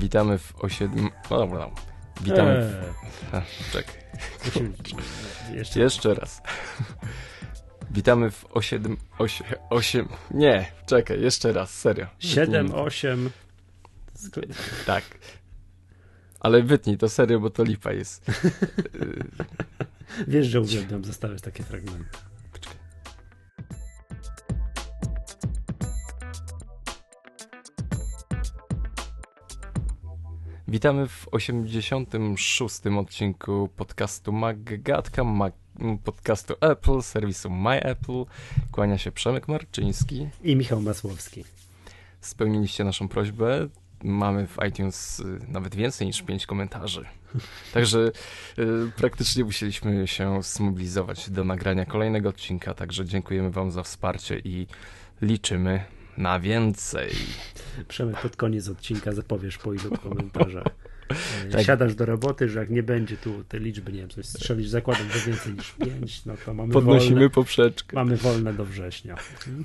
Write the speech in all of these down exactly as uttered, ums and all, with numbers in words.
Witamy w osiedm... No dobra, no. Witamy Eee. w... A, czekaj. Jeszcze, Jeszcze raz. Witamy w osiedm... Osiem... Osiem... Nie, czekaj, jeszcze raz, serio. siedem, osiem. Tak. Ale wytnij to serio, bo to lipa jest. Wiesz, że uwielbiam zostawiać takie fragmenty. Witamy w osiemdziesiątym szóstym odcinku podcastu Maggatka, Mag... podcastu Apple, serwisu MyApple. Kłania się Przemek Marczyński i Michał Masłowski. Spełniliście naszą prośbę. Mamy w iTunes y, nawet więcej niż pięć komentarzy. Także y, praktycznie musieliśmy się zmobilizować do nagrania kolejnego odcinka. Także dziękujemy wam za wsparcie i liczymy na więcej. Przemek, pod koniec odcinka zapowiesz po ilu komentarzach. Tak. Siadasz do roboty, że jak nie będzie tu tej liczby, nie wiem, coś strzelisz, zakładam, że więcej niż pięć, no to mamy Podnosimy wolne, poprzeczkę. mamy wolne do września.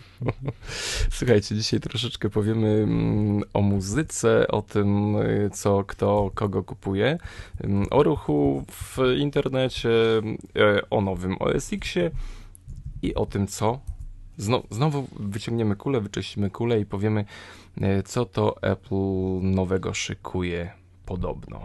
Słuchajcie, dzisiaj troszeczkę powiemy mm, o muzyce, o tym, y, co kto kogo kupuje, ym, o ruchu w internecie, y, o nowym O S X-ie i o tym, co Znowu, znowu wyciągniemy kulę, wyczyścimy kulę i powiemy, co to Apple nowego szykuje podobno.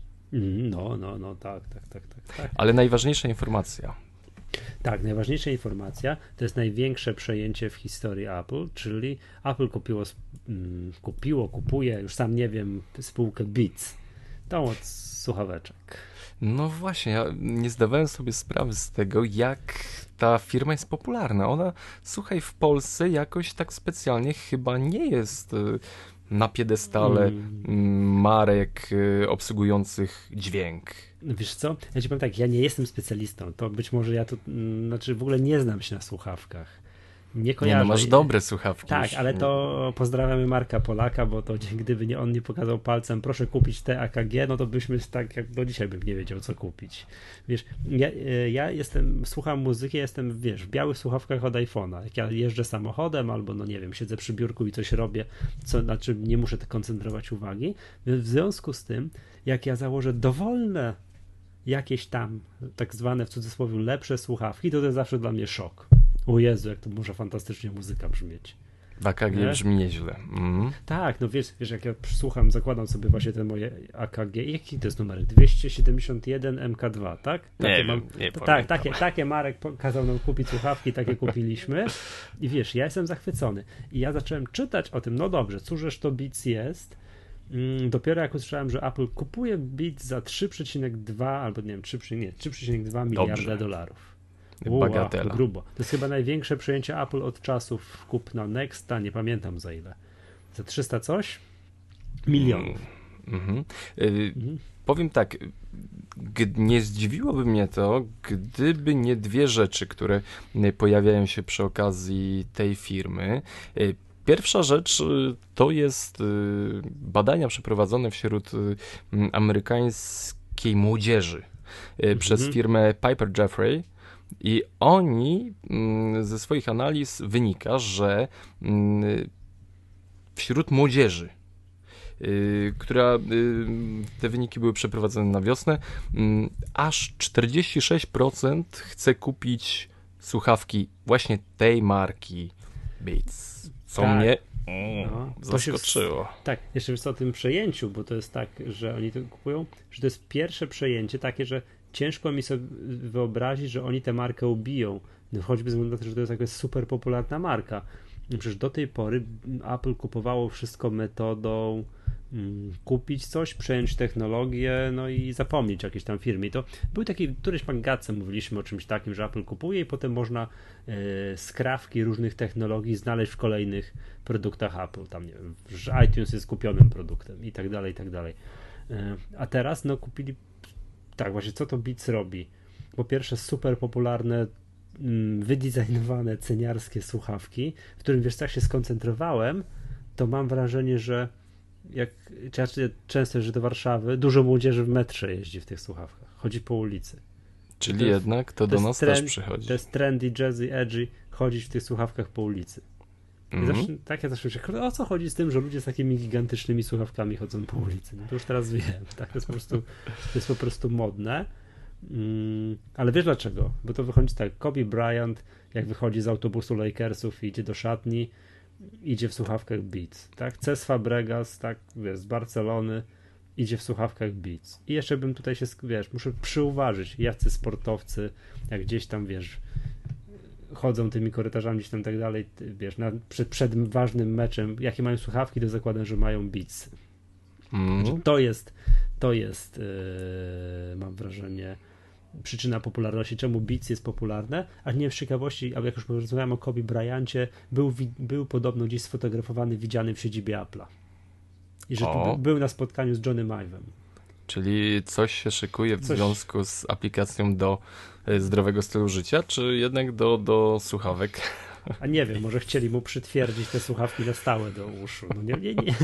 No, no, no, tak, tak, tak, tak, tak. Ale najważniejsza informacja. Tak, najważniejsza informacja to jest największe przejęcie w historii Apple, czyli Apple kupiło, mm, kupiło, kupuje, już sam nie wiem, spółkę Beats. Tą od słuchaweczek. No właśnie, ja nie zdawałem sobie sprawy z tego, jak ta firma jest popularna. Ona, słuchaj, w Polsce jakoś tak specjalnie chyba nie jest y, na piedestale mm. marek y, obsługujących dźwięk. Wiesz co, ja ci powiem tak, ja nie jestem specjalistą, to być może ja tu, mm, znaczy w ogóle nie znam się na słuchawkach. Nie kojarzę. Nie, no masz dobre słuchawki. Tak, już. ale to pozdrawiamy Marka Polaka, bo to gdyby nie on nie pokazał palcem, proszę kupić te A K G, no to byśmy tak jak do dzisiaj bym nie wiedział, co kupić. Wiesz, ja, ja jestem, słucham muzyki, jestem, wiesz, w białych słuchawkach od iPhone'a. Jak ja jeżdżę samochodem albo, no nie wiem, siedzę przy biurku i coś robię, co, na czym nie muszę tak koncentrować uwagi. W związku z tym, jak ja założę dowolne jakieś tam, tak zwane w cudzysłowie lepsze słuchawki, to to jest zawsze dla mnie szok. O Jezu, jak to może fantastycznie muzyka brzmieć. W A K G nie? Brzmi nieźle. Mm. Tak, no wiesz, wiesz, jak ja słucham, zakładam sobie właśnie te moje A K G. Jaki to jest numerek? dwieście siedemdziesiąt jeden M K dwa, tak? Takie nie mam, wiem, nie to, pamiętam. Tak, takie, takie Marek kazał nam kupić słuchawki, takie kupiliśmy. I wiesz, ja jestem zachwycony. I ja zacząłem czytać o tym, no dobrze, cóżeż to Beats jest. Dopiero jak usłyszałem, że Apple kupuje Beats za trzy przecinek dwa albo nie wiem, trzy przecinek dwa miliarda dobrze. dolarów. Bagatela. Wow, grubo. To jest chyba największe przejęcie Apple od czasów kupna Nexta, nie pamiętam za ile. Za trzysta coś? Milionów. Mm, mm-hmm. y, mm. Powiem tak, g- nie zdziwiłoby mnie to, gdyby nie dwie rzeczy, które pojawiają się przy okazji tej firmy. Y, Pierwsza rzecz to jest badania przeprowadzone wśród amerykańskiej młodzieży mm-hmm. przez firmę Piper Jaffray. I oni, ze swoich analiz wynika, że wśród młodzieży, która te wyniki były przeprowadzone na wiosnę, aż czterdzieści sześć procent chce kupić słuchawki właśnie tej marki Beats, co tak. mnie mm, no, zaskoczyło. Się, tak, jeszcze wiesz co o tym przejęciu, bo to jest tak, że oni to kupują, że to jest pierwsze przejęcie takie, że ciężko mi sobie wyobrazić, że oni tę markę ubiją, no choćby ze względu na to, że to jest jakaś super popularna marka. Przecież do tej pory Apple kupowało wszystko metodą mm, kupić coś, przejąć technologię, no i zapomnieć o jakiejś tam firmie. I to był taki, któryś magatce mówiliśmy o czymś takim, że Apple kupuje i potem można e, skrawki różnych technologii znaleźć w kolejnych produktach Apple. Tam nie wiem, że iTunes jest kupionym produktem i tak dalej, i tak dalej. E, a teraz no kupili tak, właśnie co to Beats robi? Po pierwsze super popularne, wydizajnowane, ceniarskie słuchawki, w którym wiesz, jak się skoncentrowałem, to mam wrażenie, że jak często jeżdżę do Warszawy, dużo młodzieży w metrze jeździ w tych słuchawkach, chodzi po ulicy. Czyli to jednak to, to do nas trend, też przychodzi. To jest trendy, jazzy, edgy, chodzić w tych słuchawkach po ulicy. Mm-hmm. Zawsze, tak ja zawsze myślę, o co chodzi z tym, że ludzie z takimi gigantycznymi słuchawkami chodzą po ulicy. No to już teraz wiem, tak, to jest po prostu, to jest po prostu modne. Mm, ale wiesz dlaczego? Bo to wychodzi tak, Kobe Bryant, jak wychodzi z autobusu Lakersów i idzie do szatni, idzie w słuchawkach Beats, tak? Cesc Fabregas, tak, wiesz, z Barcelony, idzie w słuchawkach Beats. I jeszcze bym tutaj się, wiesz, muszę przyuważyć, jacy sportowcy, jak gdzieś tam, wiesz, chodzą tymi korytarzami gdzieś tam tak dalej, wiesz, na, przed, przed ważnym meczem, jakie mają słuchawki, to zakładam, że mają Beats. Mm. Znaczy, to jest, to jest, yy, mam wrażenie, przyczyna popularności, czemu Beats jest popularne, a nie w ciekawości, ale jak już porozmawiałem o Kobe Bryancie, był, był podobno gdzieś sfotografowany, widziany w siedzibie Apple'a. I że tu był na spotkaniu z Johnnym Ive'em. Czyli coś się szykuje w coś... związku z aplikacją do zdrowego stylu życia, czy jednak do, do słuchawek? A nie wiem, może chcieli mu przytwierdzić te słuchawki na stałe do uszu. No nie, nie, nie.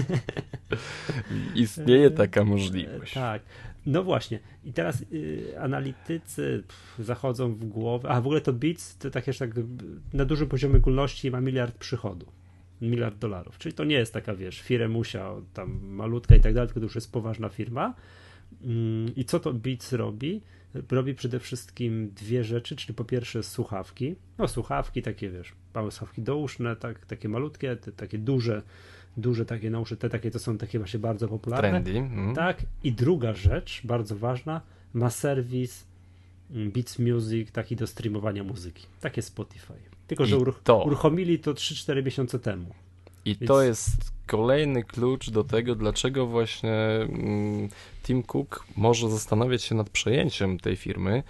Istnieje taka możliwość. Tak. No właśnie. I teraz y, analitycy pff, zachodzą w głowę. A w ogóle to Beats to tak jeszcze tak na dużym poziomie ogólności ma miliard przychodu. Miliard dolarów. Czyli to nie jest taka, wiesz, firemusia tam malutka i tak dalej, tylko to już jest poważna firma. Mm, I co to Beats robi? Robi przede wszystkim dwie rzeczy, czyli po pierwsze słuchawki. No słuchawki takie, wiesz, małe słuchawki douszne, tak, takie malutkie, te, takie duże, duże takie nauszy, te takie to są takie właśnie bardzo popularne. Trendy. Mm. Tak. I druga rzecz, bardzo ważna, ma serwis Beats Music, taki do streamowania muzyki. Takie Spotify. Tylko, że uruch- to. uruchomili to trzy cztery miesiące temu. I Więc... to jest kolejny klucz do tego, dlaczego właśnie mm, Tim Cook może zastanawiać się nad przejęciem tej firmy.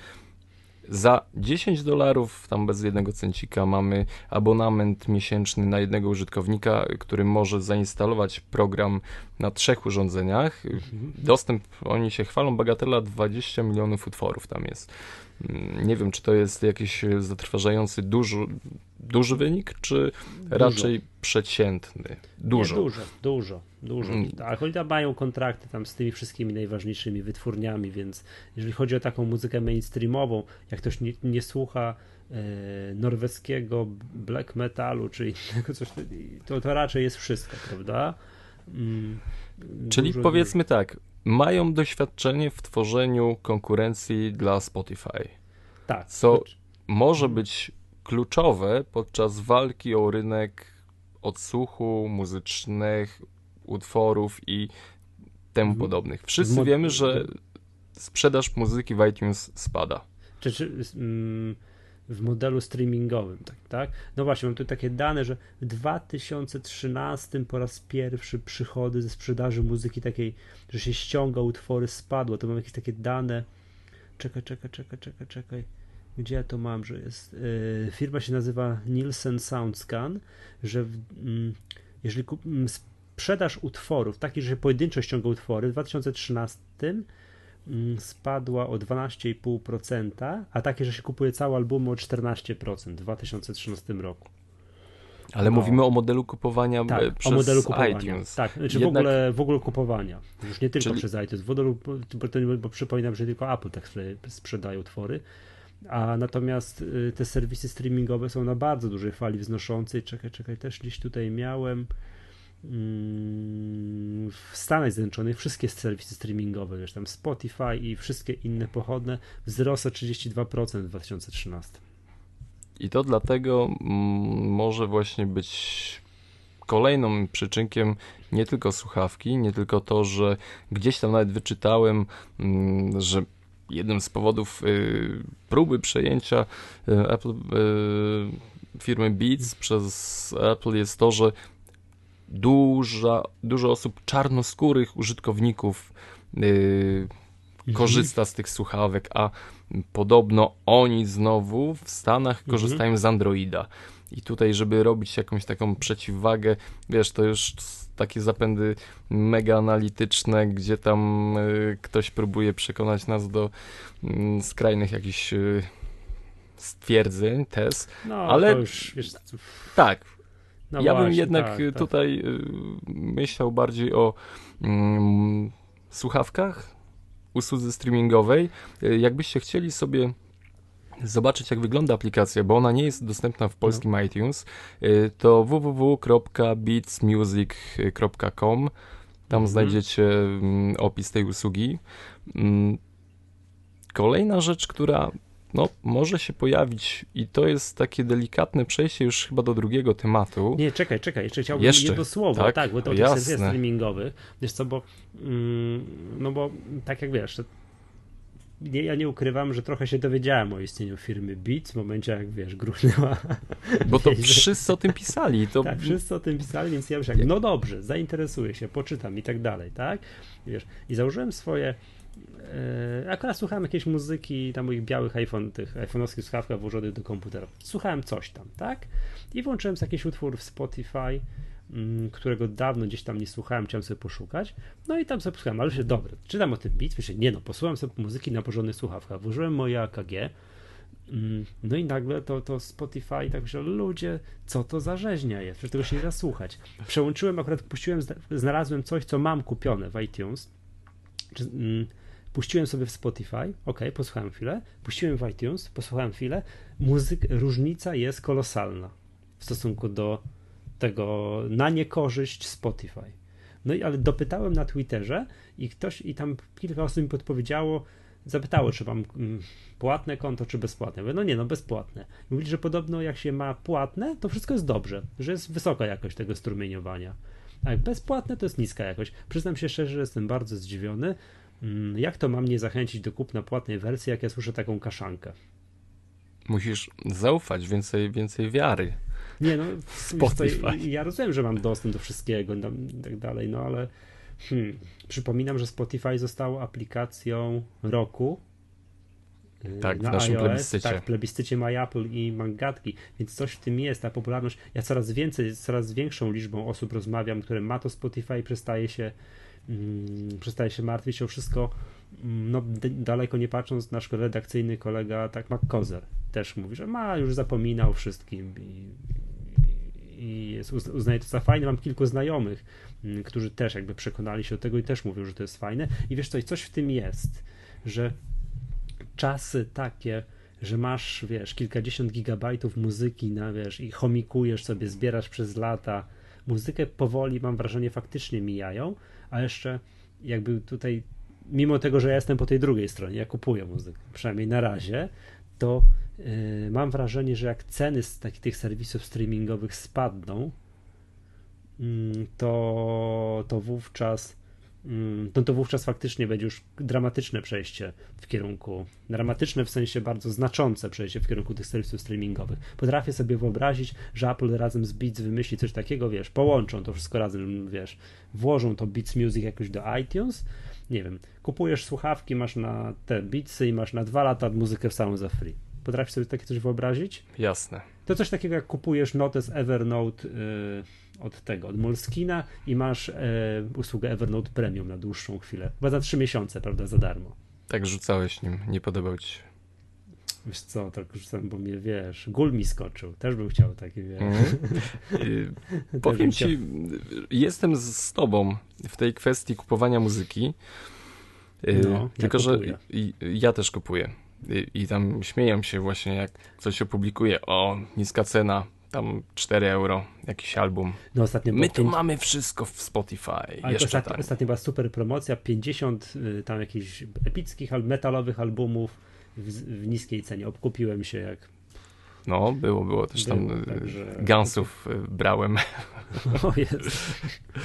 Za dziesięć dolarów, tam bez jednego cencika, mamy abonament miesięczny na jednego użytkownika, który może zainstalować program na trzech urządzeniach. Mhm. Dostęp, oni się chwalą, bagatela dwadzieścia milionów utworów tam jest. Nie wiem, czy to jest jakiś zatrważający duży, duży wynik, czy dużo. Raczej przeciętny. Dużo. Nie, dużo, dużo, dużo. Tak, oni tam mają kontrakty tam z tymi wszystkimi najważniejszymi wytwórniami, więc jeżeli chodzi o taką muzykę mainstreamową, jak ktoś nie, nie słucha e, norweskiego black metalu, czy innego coś, to, to raczej jest wszystko, prawda? Mm, Czyli powiedzmy dużo. Tak, mają doświadczenie w tworzeniu konkurencji dla Spotify. Tak. Co to... może być kluczowe podczas walki o rynek odsłuchu muzycznych, utworów i temu podobnych. Wszyscy Mo- wiemy, że sprzedaż muzyki w iTunes spada. Czy, czy mm, w modelu streamingowym, tak, tak? No właśnie, mam tu takie dane, że w dwa tysiące trzynastym po raz pierwszy przychody ze sprzedaży muzyki takiej, że się ściąga utwory, spadło. To mam jakieś takie dane. Czekaj, czekaj, czekaj, czekaj, czekaj. Gdzie ja to mam, że jest? Yy, firma się nazywa Nielsen Soundscan, że w, yy, jeżeli kup, yy, sprzedaż utworów, taki, że się pojedynczo ściąga utwory, w dwa tysiące trzynastym yy, spadła o dwanaście i pół procent, a takie, że się kupuje całe albumy o czternaście procent w dwa tysiące trzynastym roku. Ale no. Mówimy o modelu kupowania tak, przez o modelu kupowania. iTunes. Tak, znaczy Jednak... w, ogóle, w ogóle kupowania. Już nie tylko Czyli... przez iTunes. W modelu, bo, bo przypominam, że tylko Apple tak sprzedaje utwory. A natomiast y, te serwisy streamingowe są na bardzo dużej fali wznoszącej. Czekaj, czekaj, też gdzieś tutaj miałem ym, w Stanach Zjednoczonych wszystkie serwisy streamingowe, wiesz, tam Spotify i wszystkie inne pochodne wzrosły o trzydzieści dwa procent w dwa tysiące trzynastym. I to dlatego m, może właśnie być kolejnym przyczynkiem nie tylko słuchawki, nie tylko to, że gdzieś tam nawet wyczytałem, m, że jednym z powodów y, próby przejęcia y, Apple, y, firmy Beats przez Apple jest to, że duża, dużo osób czarnoskórych użytkowników y, mhm. korzysta z tych słuchawek, a podobno oni znowu w Stanach mhm. korzystają z Androida. I tutaj, żeby robić jakąś taką przeciwwagę, wiesz, to już takie zapędy mega analityczne, gdzie tam y, ktoś próbuje przekonać nas do y, skrajnych jakichś y, stwierdzeń, tez, no, ale to już jest... tak, no ja właśnie, bym jednak tak, tutaj y, myślał bardziej o y, słuchawkach, usłudze streamingowej. Y, jakbyście chcieli sobie zobaczyć, jak wygląda aplikacja, bo ona nie jest dostępna w polskim no. iTunes, to w w w kropka beats music kropka com. Tam mhm. znajdziecie opis tej usługi. Kolejna rzecz, która no, może się pojawić i to jest takie delikatne przejście już chyba do drugiego tematu. Nie, czekaj, czekaj, jeszcze chciałbym jeszcze, jedno słowo, tak, tak bo to o tych serwisach streamingowych, wiesz co, bo mm, no bo tak jak wiesz, to, nie, ja nie ukrywam, że trochę się dowiedziałem o istnieniu firmy Beats w momencie, jak wiesz, gruchnęła. Bo to wszyscy o tym pisali. To... Tak, wszyscy o tym pisali, więc ja myślałem, no dobrze, zainteresuję się, poczytam i tak dalej, tak? I wiesz, i założyłem swoje Yy, akurat słuchałem jakiejś muzyki na moich białych iPhone, tych iPhone'owskich słuchawkach włożonych do komputera. Słuchałem coś tam, tak? I włączyłem sobie jakiś utwór w Spotify, yy, którego dawno gdzieś tam nie słuchałem, chciałem sobie poszukać. No i tam sobie posłuchałem, ale się dobra, czytam o tym Beats, myślę, nie no, posłucham sobie muzyki na porządnych słuchawkach. Włożyłem moje A K G, yy, no i nagle to, to Spotify, tak myślę, ludzie, co to za rzeźnia jest, przecież tego się nie da słuchać. Przełączyłem, akurat puściłem, znalazłem coś, co mam kupione w iTunes, czy, yy, puściłem sobie w Spotify, ok, posłuchałem chwilę, puściłem w iTunes, posłuchałem chwilę, muzyk, różnica jest kolosalna w stosunku do tego, na niekorzyść Spotify. No i ale dopytałem na Twitterze i ktoś, i tam kilka osób mi podpowiedziało, zapytało, czy mam mm, płatne konto, czy bezpłatne. Mówię, no nie, no bezpłatne. Mówili, że podobno jak się ma płatne, to wszystko jest dobrze, że jest wysoka jakość tego strumieniowania. A jak bezpłatne, to jest niska jakość. Przyznam się szczerze, że jestem bardzo zdziwiony. Jak to ma mnie zachęcić do kupna płatnej wersji, jak ja słyszę taką kaszankę? Musisz zaufać, więcej, więcej wiary. Nie no, Spotify. Ja rozumiem, że mam dostęp do wszystkiego i tak dalej, no ale hmm, przypominam, że Spotify zostało aplikacją roku. Tak, na w naszym iOS, plebiscycie. Tak, w plebiscycie My Apple i Mangatki, więc coś w tym jest, ta popularność. Ja coraz więcej, z coraz większą liczbą osób rozmawiam, które ma to Spotify i przestaje się Hmm, przestaje się martwić o wszystko, no d- daleko nie patrząc, nasz redakcyjny kolega, tak McCozer też mówi, że ma, już zapomina o wszystkim i, i jest, uznaje to za fajne. Mam kilku znajomych, m, którzy też jakby przekonali się do tego i też mówią, że to jest fajne i wiesz co, coś w tym jest, że czasy takie, że masz, wiesz, kilkadziesiąt gigabajtów muzyki na, wiesz, i chomikujesz sobie, zbierasz przez lata, muzykę powoli, mam wrażenie, faktycznie mijają, a jeszcze jakby tutaj, mimo tego, że ja jestem po tej drugiej stronie, ja kupuję muzykę, przynajmniej na razie, to yy, mam wrażenie, że jak ceny z takich tych serwisów streamingowych spadną, yy, to, to wówczas yy, to, to wówczas faktycznie będzie już dramatyczne przejście w kierunku, dramatyczne w sensie bardzo znaczące przejście w kierunku tych serwisów streamingowych. Potrafię sobie wyobrazić, że Apple razem z Beats wymyśli coś takiego, wiesz, połączą to wszystko razem, wiesz, włożą to Beats Music jakoś do iTunes, nie wiem, kupujesz słuchawki, masz na te Beatsy i masz na dwa lata muzykę w samą za free. Potrafisz sobie takie coś wyobrazić? Jasne. To coś takiego, jak kupujesz notę z Evernote yy, od tego, od Moleskina i masz yy, usługę Evernote Premium na dłuższą chwilę. Chyba za trzy miesiące, prawda, za darmo. Tak rzucałeś nim, nie podobał ci się. Wiesz co, tak rzucam, bo mnie, wiesz, gól mi skoczył. Też bym chciał taki, wiesz. Mm. Yy, powiem ci, jestem z, z tobą w tej kwestii kupowania muzyki. Yy, no, tylko, ja że i, ja też kupuję. I, I tam śmieją się właśnie, jak coś opublikuje, o, niska cena, tam cztery euro, jakiś album. No, ostatnio My tu pięć... mamy wszystko w Spotify. Ale jeszcze ostatnio, tak. ostatnio była super promocja, pięćdziesiąt y, tam jakichś epickich, metalowych albumów w, w niskiej cenie. Obkupiłem się jak... No, było, było też było, tam także... Gunsów brałem. O Jezu.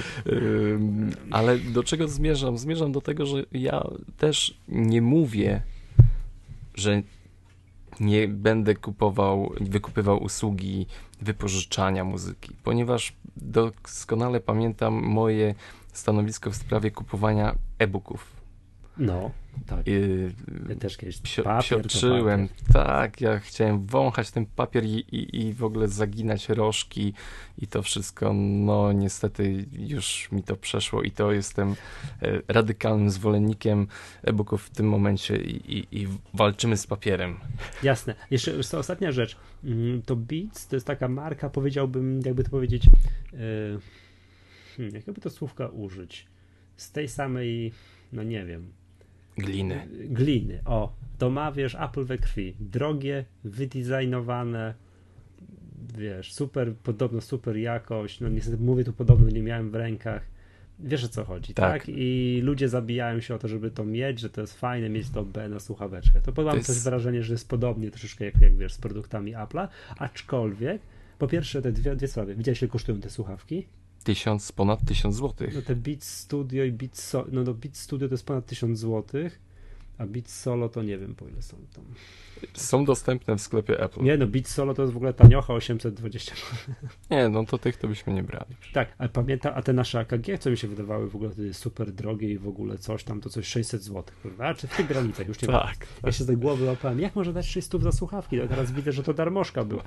Ale do czego zmierzam? Zmierzam do tego, że ja też nie mówię, że nie będę kupował, wykupywał usługi wypożyczania muzyki, ponieważ doskonale pamiętam moje stanowisko w sprawie kupowania e-booków. No, tak. Yy, ja też kiedyś psio, papier, psioczyłem, papier. tak, ja chciałem wąchać ten papier i, i, i w ogóle zaginać rożki i to wszystko, no niestety już mi to przeszło i to jestem radykalnym zwolennikiem e-booków w tym momencie i, i, i walczymy z papierem. Jasne. Jeszcze, jeszcze ostatnia rzecz, to Beats to jest taka marka, powiedziałbym, jakby to powiedzieć, yy, hmm, jakby to słówka użyć, z tej samej, no nie wiem, Gliny. Gliny, o. To ma, wiesz, Apple we krwi. Drogie, wydizajnowane, wiesz, super, podobno super jakość. No niestety mówię tu podobno, nie miałem w rękach. Wiesz, o co chodzi, tak. tak? I ludzie zabijają się o to, żeby to mieć, że to jest fajne mieć to B na słuchaweczkę. To mam jest... też wrażenie, że jest podobnie troszeczkę jak, jak wiesz, z produktami Apple'a, aczkolwiek po pierwsze te dwie, dwie sprawy. Widziałeś, ile kosztują te słuchawki? Tysiąc, ponad tysiąc złotych. No te Beats Studio i Beats Solo, no to Beats Studio to jest ponad tysiąc złotych, a Beats Solo to nie wiem, po ile są tam. Są dostępne w sklepie Apple. Nie, no Beats Solo to jest w ogóle taniocha, osiemset dwadzieścia. Nie, no to tych to byśmy nie brali. Tak, ale pamiętam, a te nasze A K G, co mi się wydawały w ogóle wtedy super drogie i w ogóle coś tam, to coś sześćset złotych, prawda? Czy w tych granicach, już nie tak, wiem. tak. Ja się z tej głowy łapałem, jak może dać sześćset za słuchawki? A teraz widzę, że to darmożka była.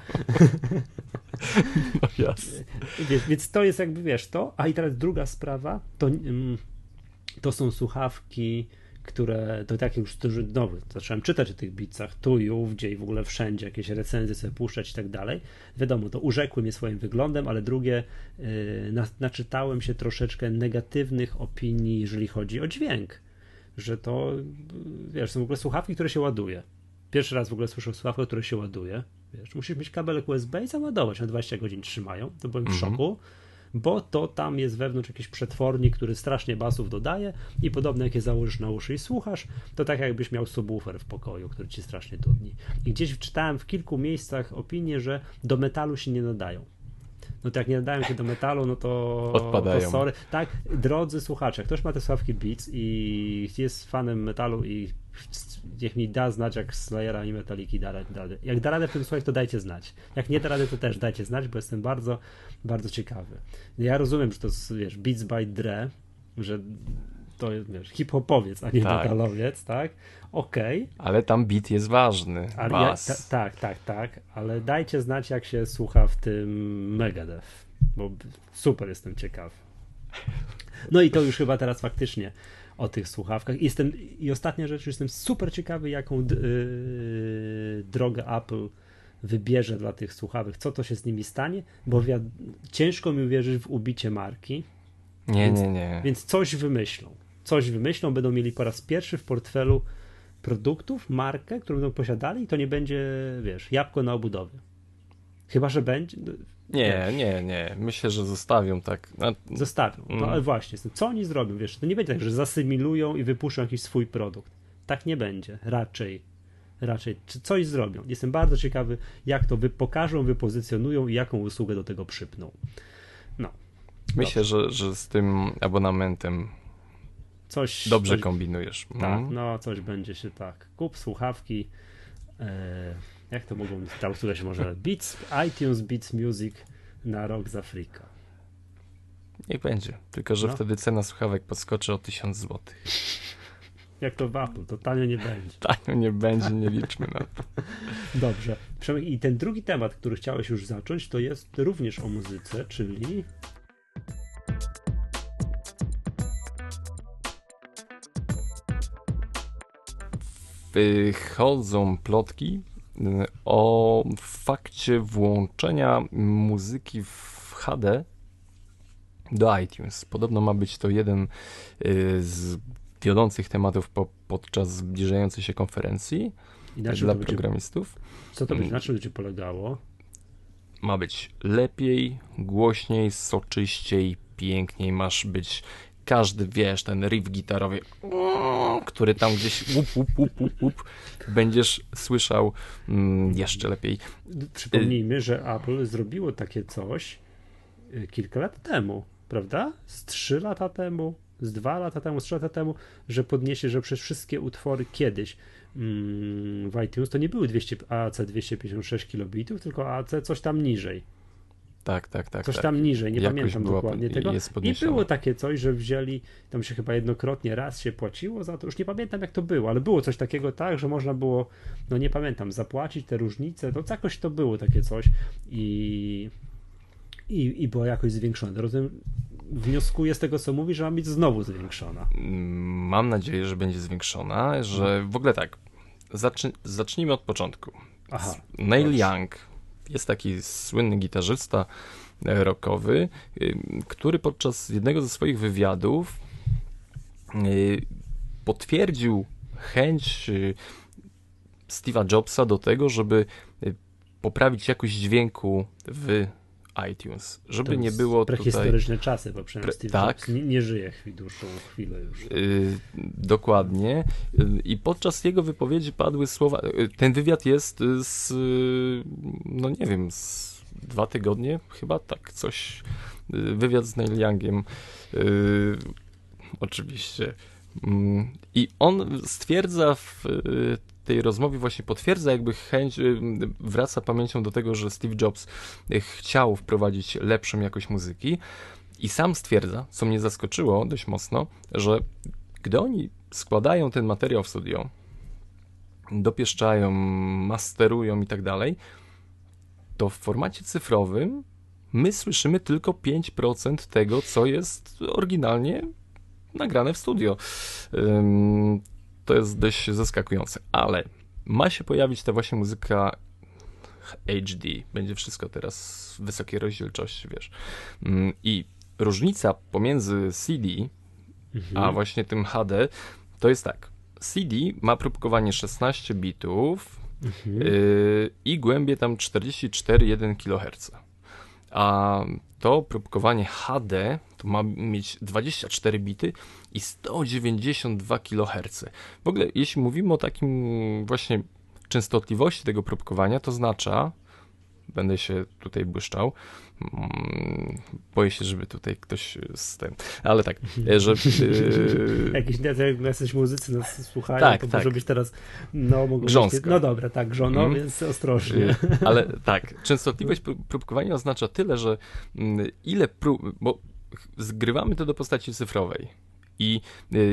No jasne. Wiesz, więc to jest jakby, wiesz, to, a i teraz druga sprawa, to, mm, to są słuchawki, które, to tak już no, zacząłem czytać o tych Beatsach tu i ówdzie i w ogóle wszędzie, jakieś recenzje sobie puszczać i tak dalej. Wiadomo, to urzekły mnie swoim wyglądem, ale drugie, yy, na, naczytałem się troszeczkę negatywnych opinii, jeżeli chodzi o dźwięk, że to, wiesz, są w ogóle słuchawki, które się ładuje. Pierwszy raz w ogóle słyszę słuchawkę, które się ładuje. Wiesz, musisz mieć kabelek U S B i załadować, na dwadzieścia godzin trzymają, to byłem w mm-hmm. szoku. Bo to tam jest wewnątrz jakiś przetwornik, który strasznie basów dodaje i podobno jak je założysz na uszy i słuchasz, to tak jakbyś miał subwoofer w pokoju, który ci strasznie dudni. I gdzieś czytałem w kilku miejscach opinię, że do metalu się nie nadają. No to jak nie nadają się do metalu, no to odpadają. To sorry. Tak, drodzy słuchacze, jak ktoś ma te słuchawki Beats i jest fanem metalu i niech mi da znać, jak Slayera i Metaliki da radę. Jak da radę w tym słuchać, to dajcie znać. Jak nie da rady, to też dajcie znać, bo jestem bardzo, bardzo ciekawy. Ja rozumiem, że to jest, wiesz, Beats by Dre, że to jest, wiesz, hip-hopowiec, a nie tak. metalowiec, tak? Okej. Okay. Ale tam beat jest ważny. Ale ja, ta, tak, tak, tak. Ale dajcie znać, jak się słucha w tym Megadeth, bo super jestem ciekawy. No i to już chyba teraz faktycznie o tych słuchawkach. I, jestem, i ostatnia rzecz, jestem super ciekawy, jaką d- yy, drogę Apple wybierze dla tych słuchawek, co to się z nimi stanie, bo wiad- ciężko mi uwierzyć w ubicie marki. Nie, więc, nie, nie. Więc coś wymyślą. Coś wymyślą, będą mieli po raz pierwszy w portfelu produktów, markę, którą będą posiadali i to nie będzie, wiesz, jabłko na obudowie. Chyba, że będzie... Nie, nie, nie. Myślę, że zostawią tak. No, zostawią. No ale właśnie, co oni zrobią? Wiesz, to nie będzie tak, że zasymilują i wypuszczą jakiś swój produkt. Tak nie będzie. Raczej. Raczej. Czy coś zrobią? Jestem bardzo ciekawy, jak to wy pokażą, wypozycjonują i jaką usługę do tego przypną. No. Myślę, że, że z tym abonamentem coś dobrze coś, kombinujesz. Tak, mm. no coś będzie się tak. Kup słuchawki. E, jak to mogą ta usługa się może Beats, iTunes, Beats Music na rok za frika. Niech będzie. Tylko, że no. wtedy cena słuchawek podskoczy o tysiąc złotych. Jak to w Apple, to tanio nie będzie. Tanio nie będzie, nie liczmy na to. Dobrze. Przemek, i ten drugi temat, który chciałeś już zacząć, to jest również o muzyce, czyli wychodzą plotki o fakcie włączenia muzyki w H D do iTunes. Podobno ma być to jeden z wiodących tematów po, podczas zbliżającej się konferencji dla programistów. Będzie, co to będzie? Na czym będzie polegało? Ma być lepiej, głośniej, soczyściej, piękniej. Masz być każdy, wiesz, ten riff gitarowy, który tam gdzieś łup, łup, łup, łup, łup, będziesz słyszał mm, jeszcze lepiej. Przypomnijmy, że Apple zrobiło takie coś kilka lat temu, prawda? Z trzy lata temu, z dwa lata temu, z trzy lata temu, że podniesie, że przez wszystkie utwory kiedyś mm, w iTunes to nie były dwieście, A C dwieście pięćdziesiąt sześć kilobitów, tylko A C coś tam niżej. Tak, tak, tak. Coś tak. tam niżej, nie Jakoś pamiętam była, dokładnie tego. I było takie coś, że wzięli, tam się chyba jednokrotnie raz się płaciło za to, już nie pamiętam jak to było, ale było coś takiego tak, że można było, no nie pamiętam, zapłacić te różnice, to jakoś to było takie coś i, i, i było jakoś zwiększone. Rozumiem, wnioskuję z tego, co mówi, że ma być znowu zwiększona. Mam nadzieję, że będzie zwiększona, że w ogóle tak, zacz, zacznijmy od początku. Aha, Neil dobrze. Young jest taki słynny gitarzysta rockowy, który podczas jednego ze swoich wywiadów potwierdził chęć Steve'a Jobsa do tego, żeby poprawić jakość dźwięku w iTunes, żeby to nie było tutaj... prehistoryczne czasy, bo przynajmniej Steve tak. Jobs nie, nie żyje dłuższą chwilę już. Yy, dokładnie. Yy, I podczas jego wypowiedzi padły słowa... Yy, ten wywiad jest z... Yy, no nie wiem, z dwa tygodnie chyba, tak, coś... Yy, wywiad z Neil Youngiem. Yy, oczywiście. Yy, I on stwierdza w yy, tej rozmowie właśnie potwierdza jakby chęć, wraca pamięcią do tego, że Steve Jobs chciał wprowadzić lepszą jakość muzyki i sam stwierdza, co mnie zaskoczyło dość mocno, że gdy oni składają ten materiał w studio, dopieszczają, masterują i tak dalej, to w formacie cyfrowym my słyszymy tylko pięć procent tego, co jest oryginalnie nagrane w studio. Um, To jest dość zaskakujące, ale ma się pojawić ta właśnie muzyka H D. Będzie wszystko teraz w wysokiej rozdzielczości, wiesz. I różnica pomiędzy C D mhm. a właśnie tym H D to jest tak. C D ma próbkowanie szesnaście bitów mhm. yy, i głębie tam czterdzieści cztery przecinek jeden kiloherca. A to próbkowanie H D to ma mieć dwadzieścia cztery bity i sto dziewięćdziesiąt dwa kiloherce. W ogóle jeśli mówimy o takim właśnie częstotliwości tego próbkowania, to oznacza, będę się tutaj błyszczał, boję się, żeby tutaj ktoś z tym, ale tak, że... Yy... Jakiś, jak jesteś muzycy, nas słuchają, tak, to tak. może być teraz, no mogą grząsko. Być, no dobra, tak, grzono, mm. więc ostrożnie. Ale tak, częstotliwość próbkowania oznacza tyle, że ile prób, bo zgrywamy to do postaci cyfrowej i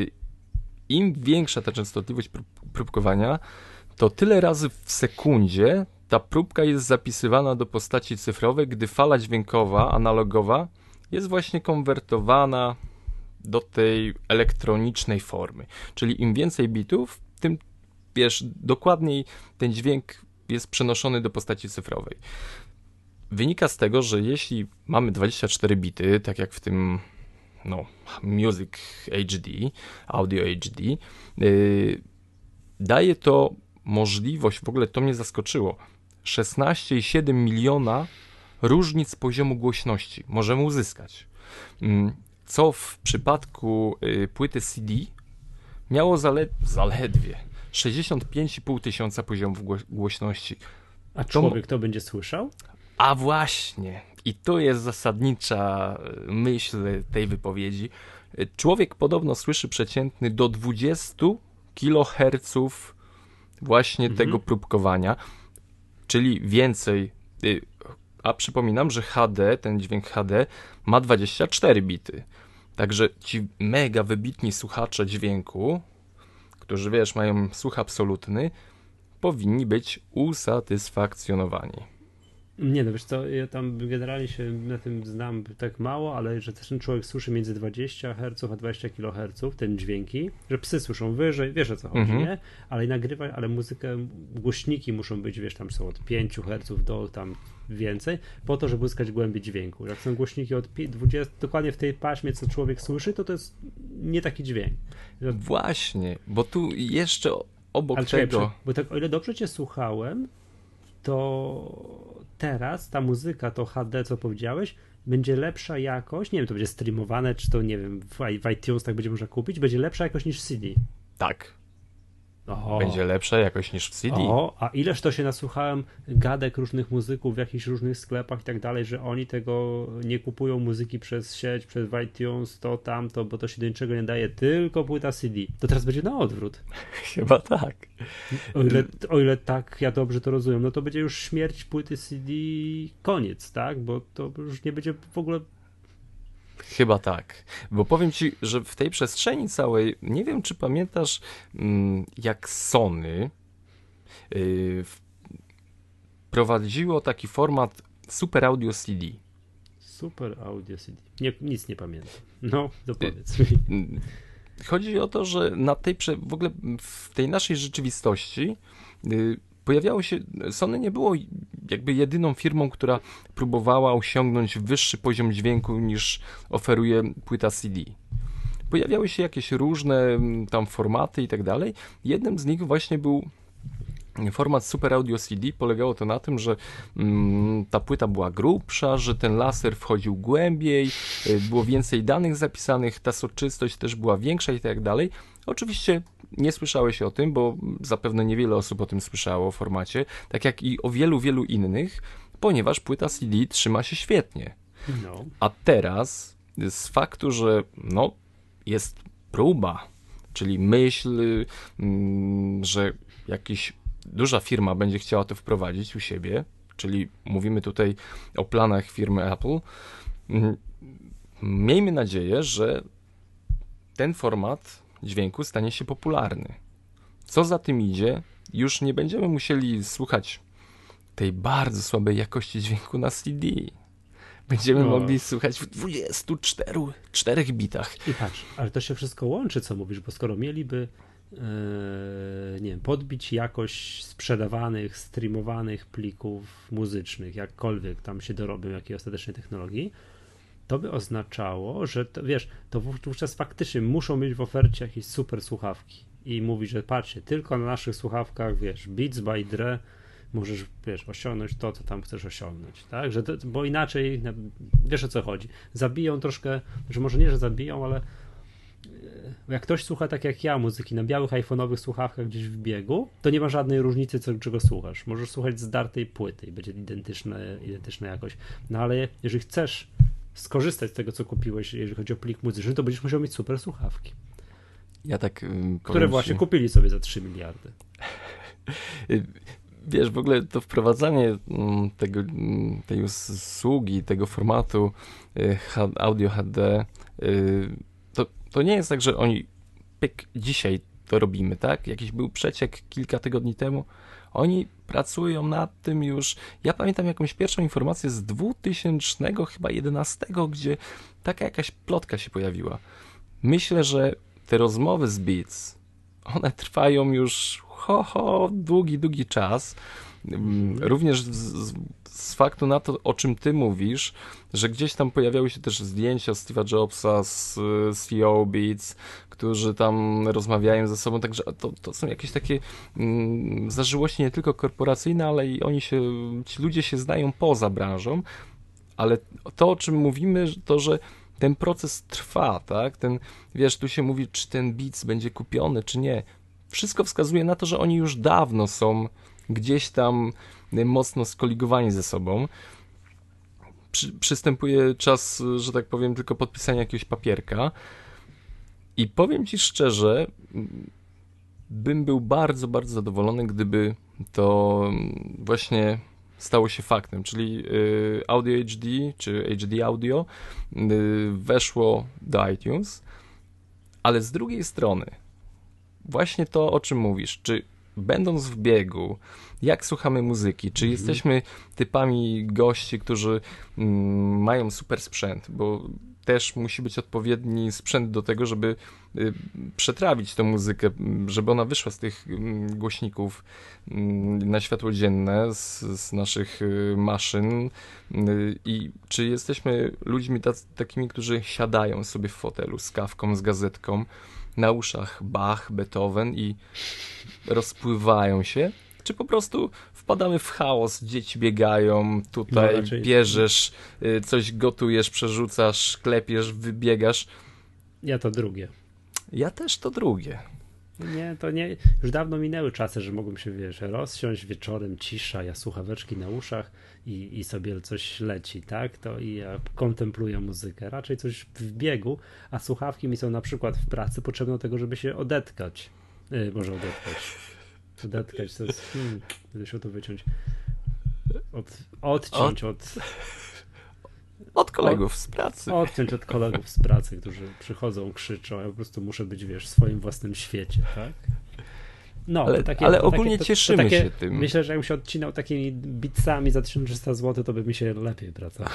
im większa ta częstotliwość próbkowania, to tyle razy w sekundzie ta próbka jest zapisywana do postaci cyfrowej, gdy fala dźwiękowa, analogowa jest właśnie konwertowana do tej elektronicznej formy. Czyli im więcej bitów, tym, wiesz, dokładniej ten dźwięk jest przenoszony do postaci cyfrowej. Wynika z tego, że jeśli mamy dwadzieścia cztery bity, tak jak w tym no, Music H D, Audio H D, yy, daje to możliwość, w ogóle to mnie zaskoczyło, szesnaście przecinek siedem miliona różnic poziomu głośności możemy uzyskać. Co w przypadku płyty C D miało zale- zaledwie sześćdziesiąt pięć i pół tysiąca poziomów głośności. A człowiek to, to będzie słyszał? A właśnie, i to jest zasadnicza myśl tej wypowiedzi. Człowiek podobno słyszy przeciętny do dwadzieścia kiloherców właśnie mhm. tego próbkowania, czyli więcej. A przypominam, że H D, ten dźwięk H D ma dwadzieścia cztery bity. Także ci mega wybitni słuchacze dźwięku, którzy wiesz, mają słuch absolutny, powinni być usatysfakcjonowani. Nie, no wiesz co, ja tam generalnie się na tym znam tak mało, ale że ten człowiek słyszy między dwadzieścia herców a dwadzieścia kiloherców, ten dźwięki, że psy słyszą wyżej, wiesz o co chodzi, mm-hmm. nie? Ale nagrywa, ale muzykę, głośniki muszą być, wiesz, tam są od pięć herców do tam więcej, po to, żeby uzyskać głębię dźwięku. Jak są głośniki od dwudziestu, dokładnie w tej paśmie, co człowiek słyszy, to to jest nie taki dźwięk. Że... Właśnie, bo tu jeszcze obok ale tego... Czekaj, bo tak, o ile dobrze cię słuchałem, to teraz ta muzyka, to H D, co powiedziałeś, będzie lepsza jakość, nie wiem, to będzie streamowane, czy to, nie wiem, w iTunes tak będzie można kupić, będzie lepsza jakość niż C D. Tak. Oho. Będzie lepsza jakoś niż w C D. O, a ileż to się nasłuchałem gadek różnych muzyków w jakichś różnych sklepach i tak dalej, że oni tego nie kupują muzyki przez sieć, przez iTunes, to tamto, bo to się do niczego nie daje, tylko płyta C D. To teraz będzie na odwrót. Chyba tak. O ile, o ile tak ja dobrze to rozumiem, no to będzie już śmierć płyty C D, koniec, tak? Bo to już nie będzie w ogóle... Chyba tak, bo powiem ci, że w tej przestrzeni całej, nie wiem czy pamiętasz, jak Sony yy, prowadziło taki format Super Audio C D. Super Audio C D. Nie, nic nie pamiętam. No, dopowiedz mi. Chodzi o to, że na tej, w ogóle w tej naszej rzeczywistości yy, pojawiało się, Sony nie było jakby jedyną firmą, która próbowała osiągnąć wyższy poziom dźwięku niż oferuje płyta C D. pojawiały się jakieś różne tam formaty i tak dalej. Jednym z nich właśnie był format Super Audio C D. Polegało to na tym, że mm, ta płyta była grubsza, że ten laser wchodził głębiej, y, było więcej danych zapisanych, ta soczystość też była większa i tak dalej. Oczywiście nie słyszałeś o tym, bo zapewne niewiele osób o tym słyszało o formacie, tak jak i o wielu, wielu innych, ponieważ płyta C D trzyma się świetnie. No. A teraz z faktu, że no, jest próba, czyli myśl, mm, że jakiś duża firma będzie chciała to wprowadzić u siebie, czyli mówimy tutaj o planach firmy Apple, miejmy nadzieję, że ten format dźwięku stanie się popularny. Co za tym idzie, już nie będziemy musieli słuchać tej bardzo słabej jakości dźwięku na C D. Będziemy no. mogli słuchać w dwudziestu czterech bitach. I patrz, ale to się wszystko łączy, co mówisz, bo skoro mieliby Yy, nie wiem, podbić jakość sprzedawanych, streamowanych plików muzycznych, jakkolwiek tam się dorobią jakiej ostatecznej technologii, to by oznaczało, że to, wiesz, to wówczas faktycznie muszą mieć w ofercie jakieś super słuchawki i mówi, że patrzcie, tylko na naszych słuchawkach, wiesz, Beats by Dre możesz, wiesz, osiągnąć to, co tam chcesz osiągnąć, tak, że to, bo inaczej, wiesz o co chodzi, zabiją troszkę, że może nie, że zabiją, ale jak ktoś słucha tak jak ja muzyki na białych iPhone'owych słuchawkach gdzieś w biegu, to nie ma żadnej różnicy, co, czego słuchasz. Możesz słuchać zdartej płyty i będzie identyczna, identyczna jakość. No ale jeżeli chcesz skorzystać z tego, co kupiłeś, jeżeli chodzi o plik muzyczny, to będziesz musiał mieć super słuchawki. Ja tak um, które właśnie ci... kupili sobie za trzy miliardy. Wiesz, w ogóle to wprowadzanie tego, tej usługi, tego formatu audio H D, to, to nie jest tak, że oni pyk, dzisiaj to robimy, tak? Jakiś był przeciek kilka tygodni temu. Oni pracują nad tym już. Ja pamiętam jakąś pierwszą informację z dwutysięcznego chyba jedenastego, gdzie taka jakaś plotka się pojawiła. Myślę, że te rozmowy z Beats, one trwają już ho, ho, długi, długi czas. Również z, z, z faktu na to, o czym ty mówisz, że gdzieś tam pojawiały się też zdjęcia Steve'a Jobsa z C E O Beats, którzy tam rozmawiają ze sobą, także to, to są jakieś takie mm, zażyłości nie tylko korporacyjne, ale i oni się, ci ludzie się znają poza branżą, ale to, o czym mówimy, to, że ten proces trwa, tak? Ten, wiesz, tu się mówi, czy ten Beats będzie kupiony, czy nie. Wszystko wskazuje na to, że oni już dawno są gdzieś tam mocno skoligowani ze sobą. Przy, przystępuje czas, że tak powiem, tylko podpisania jakiegoś papierka. I powiem ci szczerze, bym był bardzo, bardzo zadowolony, gdyby to właśnie stało się faktem, czyli y, Audio H D, czy H D Audio y, weszło do iTunes, ale z drugiej strony właśnie to, o czym mówisz, czy będąc w biegu, jak słuchamy muzyki, czy mhm. jesteśmy typami gości, którzy mm, mają super sprzęt, bo też musi być odpowiedni sprzęt do tego, żeby y, przetrawić tę muzykę, żeby ona wyszła z tych y, głośników y, na światło dzienne, z, z naszych y, maszyn y, i czy jesteśmy ludźmi tacy, takimi, którzy siadają sobie w fotelu z kawką, z gazetką, na uszach Bach, Beethoven i rozpływają się, czy po prostu wpadamy w chaos, dzieci biegają, tutaj no, raczej... bierzesz, coś gotujesz, przerzucasz, klepiesz, wybiegasz. Ja to drugie. Ja też to drugie. Nie, to nie, już dawno minęły czasy, że mogłem się, wiesz, rozsiąść wieczorem, cisza, ja słuchaweczki na uszach i, i sobie coś leci, tak, to i ja kontempluję muzykę, raczej coś w biegu, a słuchawki mi są na przykład w pracy potrzebne do tego, żeby się odetkać, yy, może odetkać, odetkać, to jest, hmm, będę się to wyciąć, od, odciąć od... od... Od kolegów z pracy. Odciąć od kolegów z pracy, którzy przychodzą, krzyczą, ja po prostu muszę być, wiesz, w swoim własnym świecie, tak? No, ale, takie, ale to ogólnie takie, to, cieszymy to takie, się tym. Myślę, że jakbym się odcinał takimi bitsami za tysiąc trzysta złotych, to by mi się lepiej pracowało.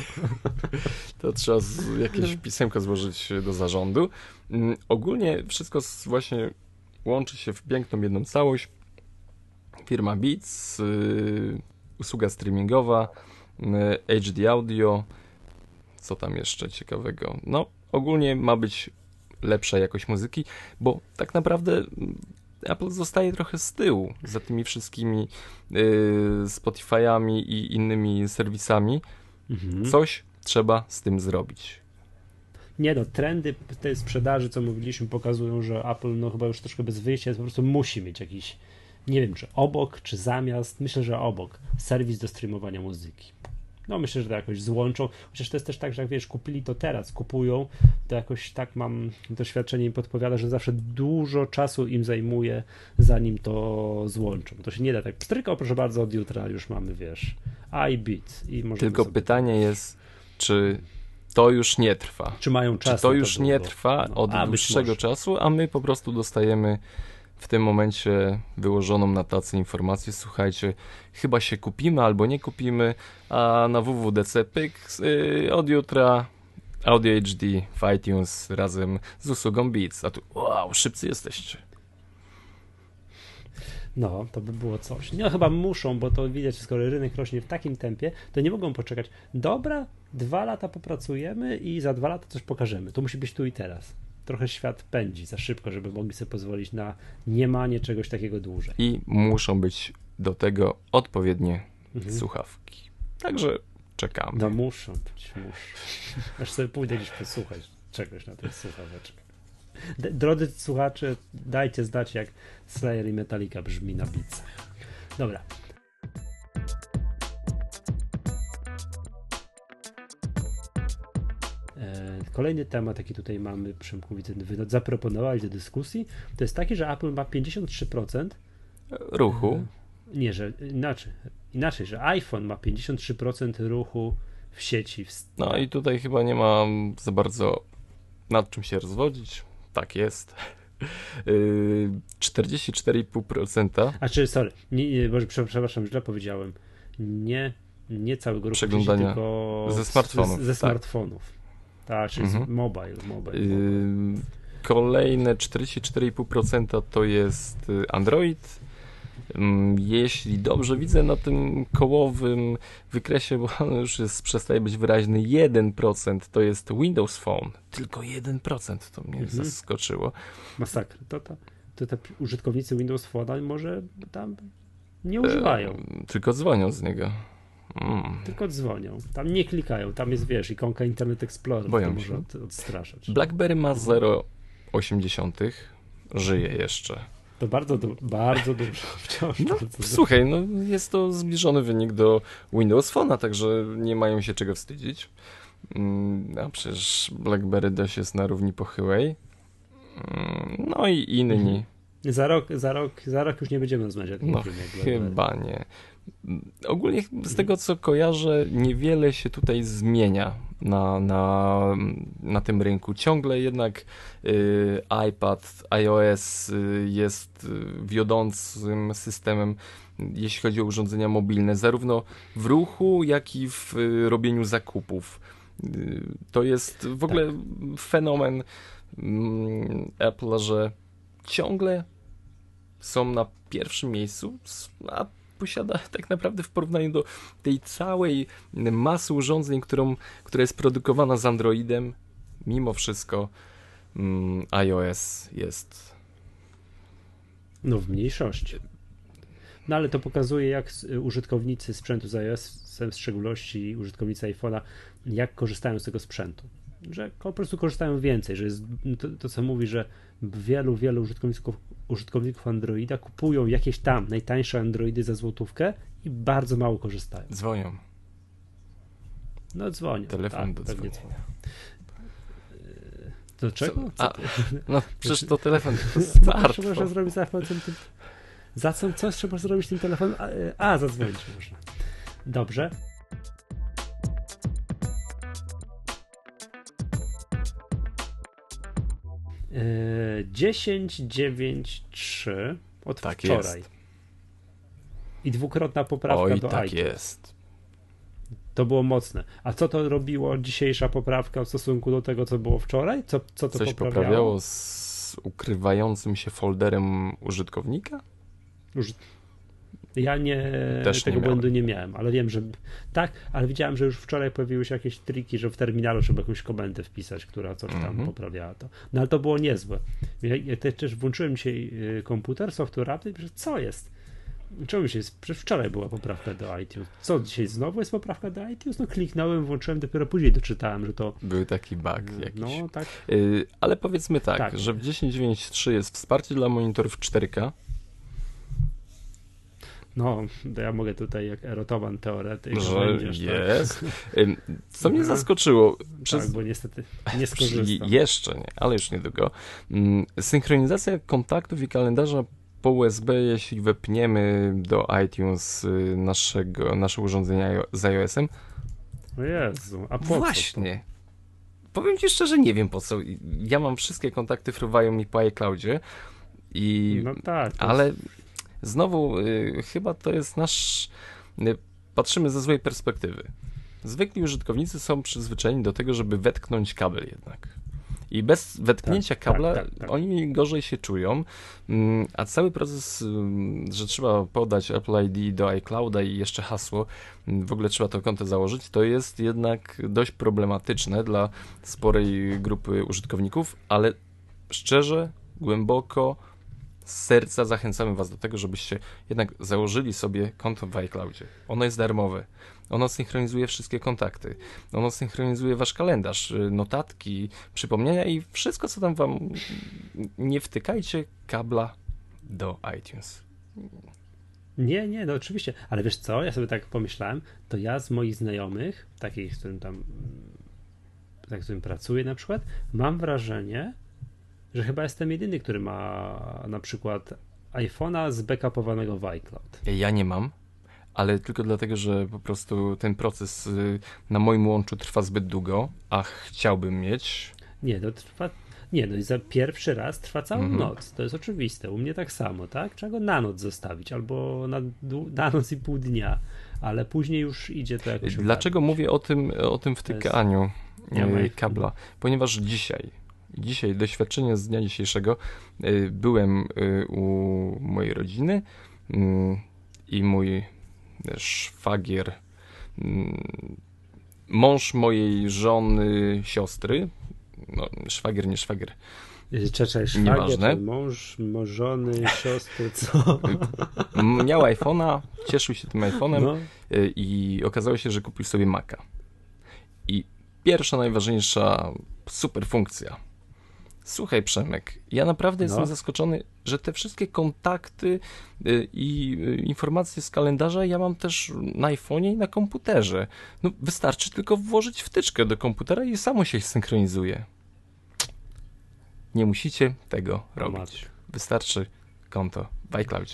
To trzeba z, jakieś pisemko złożyć do zarządu. Um, ogólnie wszystko z, właśnie łączy się w piękną jedną całość. Firma Beats, yy, usługa streamingowa, yy, H D Audio, co tam jeszcze ciekawego? No, ogólnie ma być lepsza jakość muzyki, bo tak naprawdę Apple zostaje trochę z tyłu za tymi wszystkimi yy, Spotify'ami i innymi serwisami. Mhm. Coś trzeba z tym zrobić. Nie no, trendy tej sprzedaży, co mówiliśmy, pokazują, że Apple no chyba już troszkę bez wyjścia po prostu musi mieć jakiś, nie wiem, czy obok, czy zamiast, myślę, że obok, serwis do streamowania muzyki. No myślę, że to jakoś złączą, chociaż to jest też tak, że jak wiesz, kupili to teraz, kupują, to jakoś tak mam, doświadczenie im podpowiada, że zawsze dużo czasu im zajmuje, zanim to złączą. To się nie da tak, pstryko, proszę bardzo, od jutra już mamy, wiesz, iBeat i może. Tylko sobie... pytanie jest, czy to już nie trwa. Czy mają czas? Czy to już to nie trwa no, od a, dłuższego czasu, a my po prostu dostajemy w tym momencie wyłożoną na tacy informację, słuchajcie, chyba się kupimy albo nie kupimy, a na W W D C pyk yy, od jutra Audio H D w iTunes razem z usługą Beats, a tu wow, szybcy jesteście. No, to by było coś. No chyba muszą, bo to widać, skoro rynek rośnie w takim tempie, to nie mogą poczekać. Dobra, dwa lata popracujemy i za dwa lata coś pokażemy. To musi być tu i teraz. Trochę świat pędzi za szybko, żeby mogli sobie pozwolić na niemanie czegoś takiego dłużej. I muszą być do tego odpowiednie mhm. słuchawki. Także czekamy. No muszą być, muszą. Aż sobie pójdę gdzieś posłuchać czegoś na tych słuchaweczkach. Drodzy słuchacze, dajcie znać, jak Slayer i Metallica brzmi na Beatsach. Dobra. Kolejny temat, jaki tutaj mamy, Przemku, widzę, wy zaproponowałeś do dyskusji, to jest taki, że Apple ma pięćdziesiąt trzy procent ruchu. Nie, że inaczej, inaczej, że iPhone ma pięćdziesiąt trzy procent ruchu w sieci. W... No i tutaj chyba nie ma za bardzo nad czym się rozwodzić. Tak jest. czterdzieści cztery i pół procent. A czy, sorry, nie, nie, Boże, przepraszam, źle powiedziałem. Nie, nie całego ruchu przeglądania sieci, tylko ze smartfonów. Ze, ze smartfonów. Tak, czyli mhm. mobile. mobile, yy, mobile. Kolejne czterdzieści cztery i pół procent to jest Android. Jeśli dobrze widzę na tym kołowym wykresie, bo on już jest, przestaje być wyraźny, jeden procent to jest Windows Phone. Tylko jeden procent, to mnie mhm. zaskoczyło. Masakra. To, to, to te użytkownicy Windows Phone może tam nie używają. E, tylko dzwonią z niego. Mm. Tylko dzwonią. Tam nie klikają. Tam jest, wiesz, ikonka Internet Explorer. Boją to się. może od, odstraszać. BlackBerry ma zero przecinek osiem. Żyje jeszcze. To bardzo, du- bardzo dużo. Wciąż no, bardzo słuchaj, no jest to zbliżony wynik do Windows Phone'a, także nie mają się czego wstydzić. A przecież BlackBerry też jest na równi pochyłej. No i inni. Mhm. Za rok, za rok, za rok już nie będziemy rozmawiać o tym. No chyba nie. Ogólnie z tego, co kojarzę, niewiele się tutaj zmienia na, na, na tym rynku. Ciągle jednak y, iPad, iOS y, jest wiodącym systemem, jeśli chodzi o urządzenia mobilne, zarówno w ruchu, jak i w y, robieniu zakupów. Y, to jest w ogóle tak. fenomen y, Apple'a, że ciągle są na pierwszym miejscu, a posiada tak naprawdę w porównaniu do tej całej masy urządzeń, którą, która jest produkowana z Androidem, mimo wszystko mm, iOS jest no w mniejszości. No ale to pokazuje, jak użytkownicy sprzętu z iOS, w szczególności użytkownicy iPhone'a, jak korzystają z tego sprzętu. Że po prostu korzystają więcej, że jest to, to co mówi, że wielu, wielu użytkowników, użytkowników Androida kupują jakieś tam najtańsze Androidy za złotówkę i bardzo mało korzystają. Dzwonią. No dzwonią. Telefon tak, do dzwonienia. Do czego? Co A, no przecież to telefon to smartfon. Co można zrobić za tym, tym za co? Co trzeba zrobić tym telefonem? A, a zadzwonić można. Dobrze. dziesięć dziewięć trzy od tak wczoraj. Jest. I dwukrotna poprawka Oj, do tak iTunes. jest. To było mocne. A co to robiło dzisiejsza poprawka w stosunku do tego, co było wczoraj? Co, co to Coś poprawiało? poprawiało z ukrywającym się folderem użytkownika? Uży... Ja nie, Też tego nie błędu miałem. nie miałem, ale wiem, że tak, ale widziałem, że już wczoraj pojawiły się jakieś triki, że w terminalu trzeba jakąś komendę wpisać, która coś tam Mhm. poprawiała to. No ale to było niezłe. Ja, ja też włączyłem dzisiaj y, komputer, software update, i myślę, co jest? Czemu się jest? Przecież wczoraj była poprawka do iTunes. Co, dzisiaj znowu jest poprawka do iTunes? No kliknąłem, włączyłem, dopiero później doczytałem, że to... Był taki bug y, jakiś. No, tak. Y, ale powiedzmy tak, Tak. że w dziesięć dziewięć trzy jest wsparcie dla monitorów cztery K, No, to ja mogę tutaj jak erotowan teoretyk, że będziesz, jest. Ym, Co mnie Aha. zaskoczyło, Tak, przez... tak, bo niestety nie przy- skorzystam. jeszcze nie, ale już niedługo, ym, synchronizacja kontaktów i kalendarza po U S B, jeśli wepniemy do iTunes y, naszego, nasze urządzenia z iOS-em. O Jezu, a po co Właśnie. Powiem ci szczerze, nie wiem po co. Ja mam wszystkie kontakty fruwają mi po iCloudzie i... to? No tak. to Ale znowu, y, chyba to jest nasz... Y, patrzymy ze złej perspektywy. Zwykli użytkownicy są przyzwyczajeni do tego, żeby wetknąć kabel jednak. I bez wetknięcia Tak, kabla tak, tak, tak. oni gorzej się czują, mm, a cały proces, ym, że trzeba podać Apple I D do iClouda i jeszcze hasło, mm, w ogóle trzeba to konto założyć, to jest jednak dość problematyczne dla sporej grupy użytkowników, ale szczerze, głęboko, z serca zachęcamy was do tego, żebyście jednak założyli sobie konto w iCloudzie. Ono jest darmowe. Ono synchronizuje wszystkie kontakty. Ono synchronizuje wasz kalendarz, y, notatki, przypomnienia i wszystko, co tam wam... Nie wtykajcie kabla do iTunes. Nie, nie, no oczywiście, ale wiesz co, ja sobie tak pomyślałem, to ja z moich znajomych, takich, z którym tam, tak, z którym pracuję na przykład, mam wrażenie, że chyba jestem jedyny, który ma na przykład iPhone'a zbackupowanego w iCloud. Ja nie mam, ale tylko dlatego, że po prostu ten proces y, na moim łączu trwa zbyt długo, a chciałbym mieć... Nie, to trwa, nie, no i za pierwszy raz trwa całą Mhm. noc, to jest oczywiste, u mnie tak samo, tak? Trzeba go na noc zostawić, albo na, dłu- na noc i pół dnia, ale później już idzie to jakoś Dlaczego ogarnąć. mówię o tym, o tym wtykaniu Ja y, mam- kabla? Ponieważ dzisiaj, dzisiaj, doświadczenie z dnia dzisiejszego, y, byłem y, u mojej rodziny y, i mój szwagier, y, mąż mojej żony, siostry, no, szwagier, nie szwagier, Czekaj, Nieważne. szwagier, mąż, żony, siostry, co? m- miał iPhone'a, cieszył się tym iPhone'em, No, y, i okazało się, że kupił sobie Maca. I pierwsza, najważniejsza super funkcja. Słuchaj, Przemek, ja naprawdę No. jestem zaskoczony, że te wszystkie kontakty y, i y, informacje z kalendarza ja mam też na iPhone'ie i na komputerze. No wystarczy tylko włożyć wtyczkę do komputera i samo się synchronizuje. Nie musicie tego robić. matko. Wystarczy konto w iCloudzie.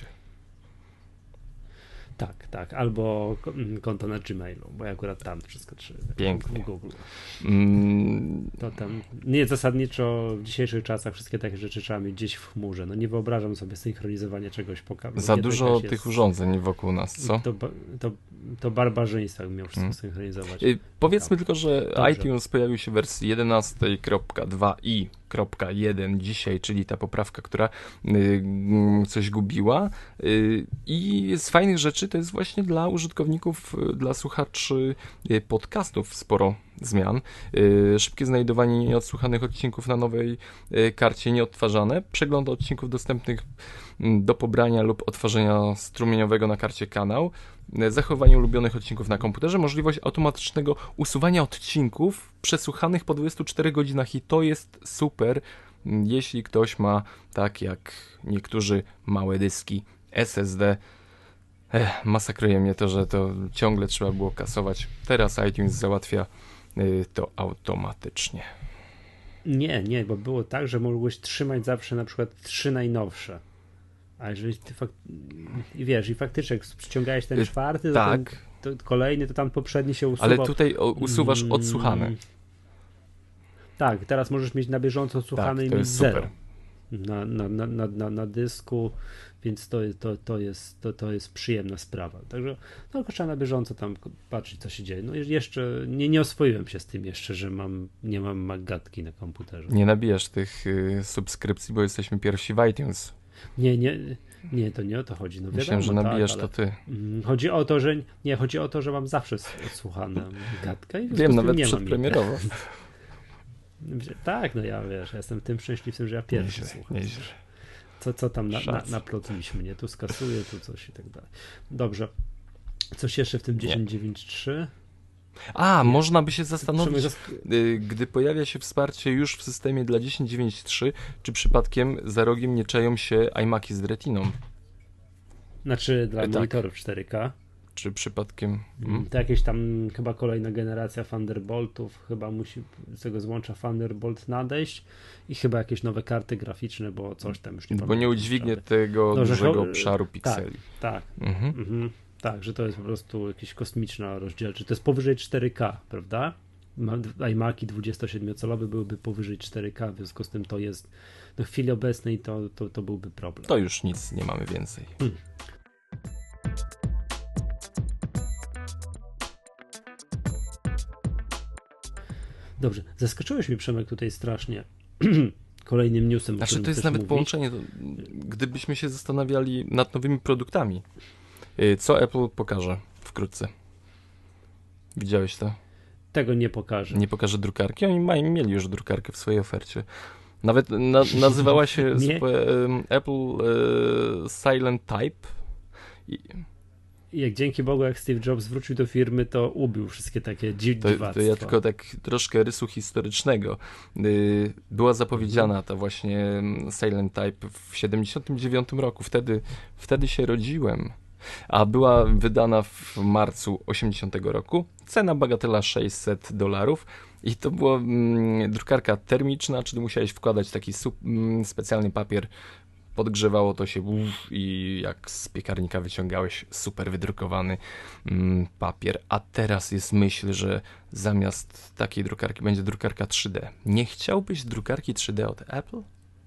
tak, tak, albo ko- mm, konto na Gmailu, bo ja akurat tam wszystko trzymam. Pięknie. W Google. Mm, To tam, nie, zasadniczo w dzisiejszych czasach wszystkie takie rzeczy trzeba mieć gdzieś w chmurze. No nie wyobrażam sobie synchronizowania czegoś po kablu. za Nie, to dużo jakaś tych jest- urządzeń wokół nas, co? To, ba- to, to barbarzyństwo, jakbym miał wszystko Mm. synchronizować. Y, Powiedzmy tylko, że Dobrze. iTunes pojawił się w wersji jedenaście kropka dwa i kropka jeden dzisiaj, czyli ta poprawka, która y, mm, coś gubiła. Y, I z fajnych rzeczy to jest właśnie dla użytkowników, y, dla słuchaczy y, podcastów sporo zmian. Y, Szybkie znajdowanie nieodsłuchanych odcinków na nowej y, karcie nieodtwarzane, przegląd odcinków dostępnych mm, do pobrania lub odtwarzania strumieniowego na karcie kanał, y, zachowanie ulubionych odcinków na komputerze, możliwość automatycznego usuwania odcinków przesłuchanych po dwudziestu czterech godzinach i to jest super, mm, jeśli ktoś ma, tak jak niektórzy, małe dyski S S D. Ech, masakruje mnie to, że to ciągle trzeba było kasować. Teraz iTunes załatwia y, to automatycznie. Nie, nie, bo było tak, że mogłeś trzymać zawsze na przykład trzy najnowsze. A jeżeli ty fak... i wiesz, i faktycznie jak ściągałeś ten Y, czwarty, to, Tak, ten, to kolejny, to tam poprzedni się usuwał. ale tutaj o, usuwasz Mm, odsłuchane. Tak, teraz możesz mieć na bieżąco odsłuchane Tak, i to mieć jest zero super. na, na, na, na, na, na dysku, więc to, to, to, jest, to, to jest przyjemna sprawa. Także no, tylko trzeba na bieżąco tam patrzeć, co się dzieje. No i jeszcze nie, nie oswoiłem się z tym jeszcze, że mam, nie mam Maggatki na komputerze. Nie nabijasz tych y, subskrypcji, bo jesteśmy pierwsi w iTunes. Nie, nie, Nie, to nie o to chodzi. No wiadomo, Myślałem, że nabijasz tak, to ty. Chodzi o to, że nie, chodzi o to, że mam zawsze odsłuchane gadkę. I Wiem, nawet przedpremierowo. Tak, no ja wiesz, ja jestem tym szczęśliwym, że ja pierwszy nieźle, słucham. Nieźle. Co, co tam na, na, naplotliśmy, nie? Tu skasuję, tu coś i tak dalej. Dobrze. Coś jeszcze w tym dziesięć dziewięć trzy? A, nie. Można by się zastanowić, gdy pojawia się wsparcie już w systemie dla dziesięć dziewięć trzy, czy przypadkiem za rogiem nie czają się iMaki z retiną? Znaczy dla e, tak. monitorów cztery K. Czy przypadkiem... Hmm? To jakieś tam chyba kolejna generacja Thunderboltów, chyba musi z tego złącza Thunderbolt nadejść i chyba jakieś nowe karty graficzne, bo coś tam już nie Bo nie udźwignie sprawy. tego no, dużego że... obszaru pikseli. Tak, tak. Mhm. Mhm. Tak, że to jest po prostu jakieś kosmiczna rozdzielczość. To jest powyżej cztery K, prawda? iMaki dwudziestosiedmiocalowe byłyby powyżej cztery K, w związku z tym to jest do chwili obecnej to, to, to byłby problem. To już nic, nie mamy więcej. Hmm. Dobrze, zaskoczyłeś mnie, Przemek, tutaj strasznie kolejnym newsem. Znaczy to jest nawet mówić. Połączenie, gdybyśmy się zastanawiali nad nowymi produktami, co Apple pokaże wkrótce. Widziałeś to? Tego nie pokaże. Nie pokaże drukarki? Oni mają, mieli już drukarkę w swojej ofercie. Nawet na, nazywała się Apple e, Silent Type. I... Jak dzięki Bogu, jak Steve Jobs wrócił do firmy, to ubił wszystkie takie dziwactwa. To, to ja tylko tak troszkę rysu historycznego. Była zapowiedziana ta właśnie Silent Type w siedemdziesiątym dziewiątym roku. Wtedy, wtedy się rodziłem. A była wydana w marcu osiemdziesiątego roku. Cena bagatela sześćset dolarów. I to była mm, drukarka termiczna, czyli musiałeś wkładać taki sup, mm, specjalny papier. Podgrzewało to się uf, i jak z piekarnika wyciągałeś super wydrukowany mm, papier. A teraz jest myśl, że zamiast takiej drukarki będzie drukarka trzy D. Nie chciałbyś drukarki trzy D od Apple?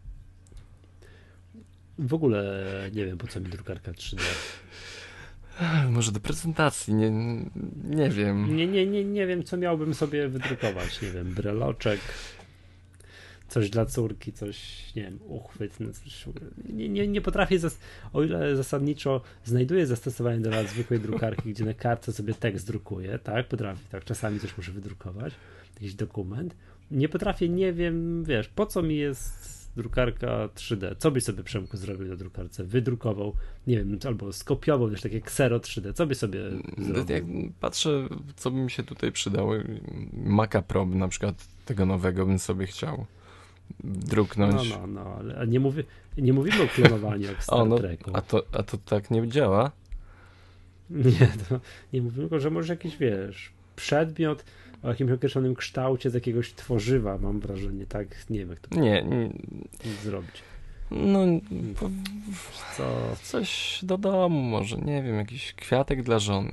W ogóle nie wiem, po co mi drukarka trzy D. Może do prezentacji, nie, nie wiem. Nie, nie, nie, nie wiem, co miałbym sobie wydrukować. Nie wiem, breloczek, coś dla córki, coś, nie wiem, uchwyt. No coś, nie, nie, nie potrafię, zas- o ile zasadniczo znajduję zastosowanie do zwykłej drukarki, gdzie na kartce sobie tekst drukuję, tak, potrafię, tak, czasami coś muszę wydrukować, jakiś dokument. Nie potrafię, nie wiem, wiesz, po co mi jest drukarka trzy D. Co byś sobie, Przemku, zrobił na drukarce? Wydrukował, nie wiem, albo skopiował, wiesz, takie Xero trzy D. Co byś sobie zrobił? Jak patrzę, co by mi się tutaj przydało. Maca Pro na przykład tego nowego bym sobie chciał druknąć. No, no, no, ale nie, mówi, nie mówimy o klonowaniu jak w Star o, no, Treku. A to, a to tak nie działa? Nie, to nie mówimy tylko, że może jakiś, wiesz, przedmiot o jakimś określonym kształcie z jakiegoś tworzywa, mam wrażenie, tak? Nie wiem, jak to nie, nie. zrobić. No, po, co? Coś do domu może, nie wiem, jakiś kwiatek dla żony.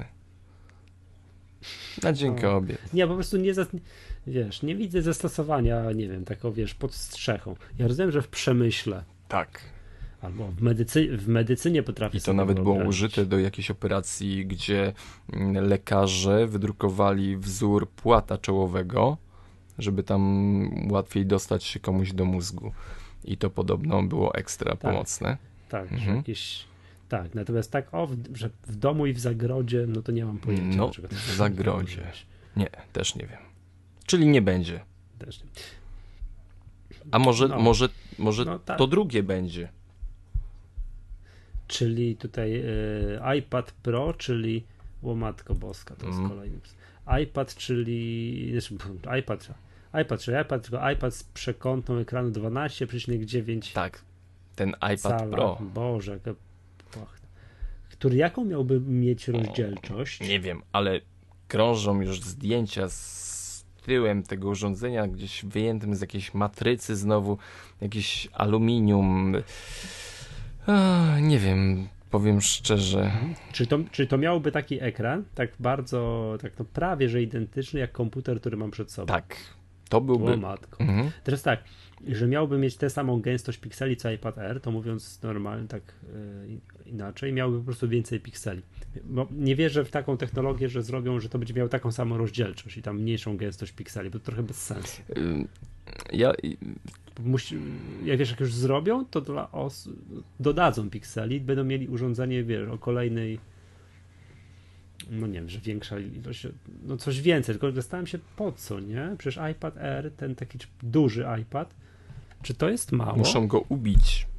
Na dzień kobiet. Nie, po prostu nie, zas- wiesz, nie widzę zastosowania, nie wiem, taką, wiesz, pod strzechą. Ja rozumiem, że w przemyśle. Tak. Albo w, medycy- w medycynie potrafię. I to nawet było użyte do jakiejś operacji, gdzie lekarze wydrukowali wzór płata czołowego, żeby tam łatwiej dostać się komuś do mózgu. I to podobno było ekstra tak, pomocne. Tak, mhm. że jakieś... Tak, natomiast tak, o, w, że w domu i w zagrodzie, no to nie mam pojęcia. No, w zagrodzie. Nie, też nie wiem. Czyli nie będzie. Też nie. A może, no, może, może no tak. to drugie będzie. Czyli tutaj y, iPad Pro, czyli o Matko Boska, to jest mm. kolejny. iPad, czyli znaczy, iPad, iPad, czyli iPad, tylko iPad z przekątną ekranu dwanaście przecinek dziewięć. Tak, ten iPad cala. Pro. Boże, jaka płachta. Który jaką miałby mieć rozdzielczość? O, nie wiem, ale krążą już zdjęcia z tyłem tego urządzenia, gdzieś wyjętym z jakiejś matrycy znowu, jakiś aluminium. O, nie wiem, powiem szczerze. Czy to, czy to miałoby taki ekran, tak bardzo, tak no prawie, że identyczny jak komputer, który mam przed sobą? Tak, to byłby... O matko. Mhm. Teraz tak, że miałby mieć tę samą gęstość pikseli co iPad Air, to mówiąc normalnie, tak yy, inaczej, miałby po prostu więcej pikseli. Bo nie wierzę w taką technologię, że zrobią, że to będzie miało taką samą rozdzielczość i tam mniejszą gęstość pikseli, bo to trochę bez sensu. Ja Musi, jak wiesz, jak już zrobią, to dla os- dodadzą pikseli, będą mieli urządzenie, wiesz, o kolejnej, no nie wiem, że większa ilość, no coś więcej, tylko zastanawiam się po co, nie? Przecież iPad Air, ten taki duży iPad, czy to jest mało? Muszą go ubić.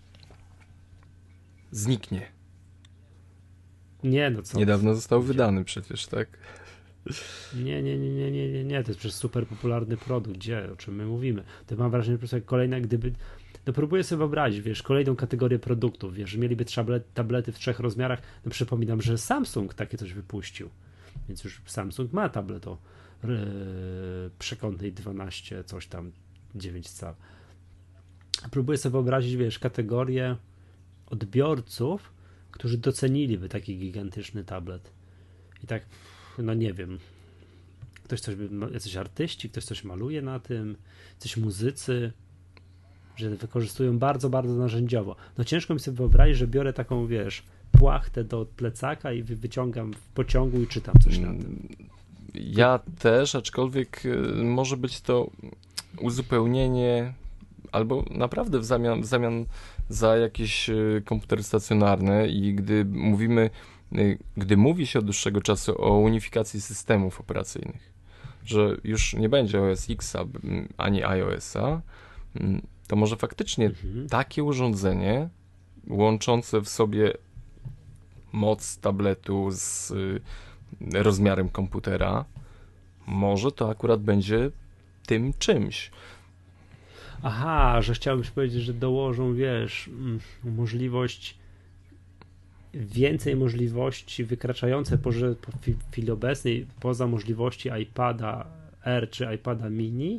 Zniknie. Nie, no co? Niedawno został wydany przecież, tak? Nie, nie, nie, nie, nie, nie, nie, to jest przecież super popularny produkt, gdzie, o czym my mówimy. To mam wrażenie, że po prostu jak kolejna, gdyby, no próbuję sobie wyobrazić, wiesz, kolejną kategorię produktów, wiesz, że mieliby tablet, tablety w trzech rozmiarach, no przypominam, że Samsung takie coś wypuścił, więc już Samsung ma tablet o yy, przekątnej dwanaście, coś tam, dziewięć cal. Próbuję sobie wyobrazić, wiesz, kategorię odbiorców, którzy doceniliby taki gigantyczny tablet. I tak, no nie wiem, ktoś coś, jacyś artyści, ktoś coś maluje na tym, coś muzycy, że wykorzystują bardzo, bardzo narzędziowo. No ciężko mi sobie wyobrazić, że biorę taką, wiesz, płachtę do plecaka i wyciągam w pociągu i czytam coś na tym. Ja też, aczkolwiek może być to uzupełnienie albo naprawdę w zamian, w zamian za jakiś komputer stacjonarny i gdy mówimy, gdy mówi się od dłuższego czasu o unifikacji systemów operacyjnych, że już nie będzie O S X-a ani iOS-a, to może faktycznie mhm. takie urządzenie łączące w sobie moc tabletu z rozmiarem komputera, może to akurat będzie tym czymś. Aha, że chciałbyś powiedzieć, że dołożą, wiesz, możliwość, więcej możliwości wykraczające po, po chwili obecnej poza możliwości iPada Air czy iPada mini.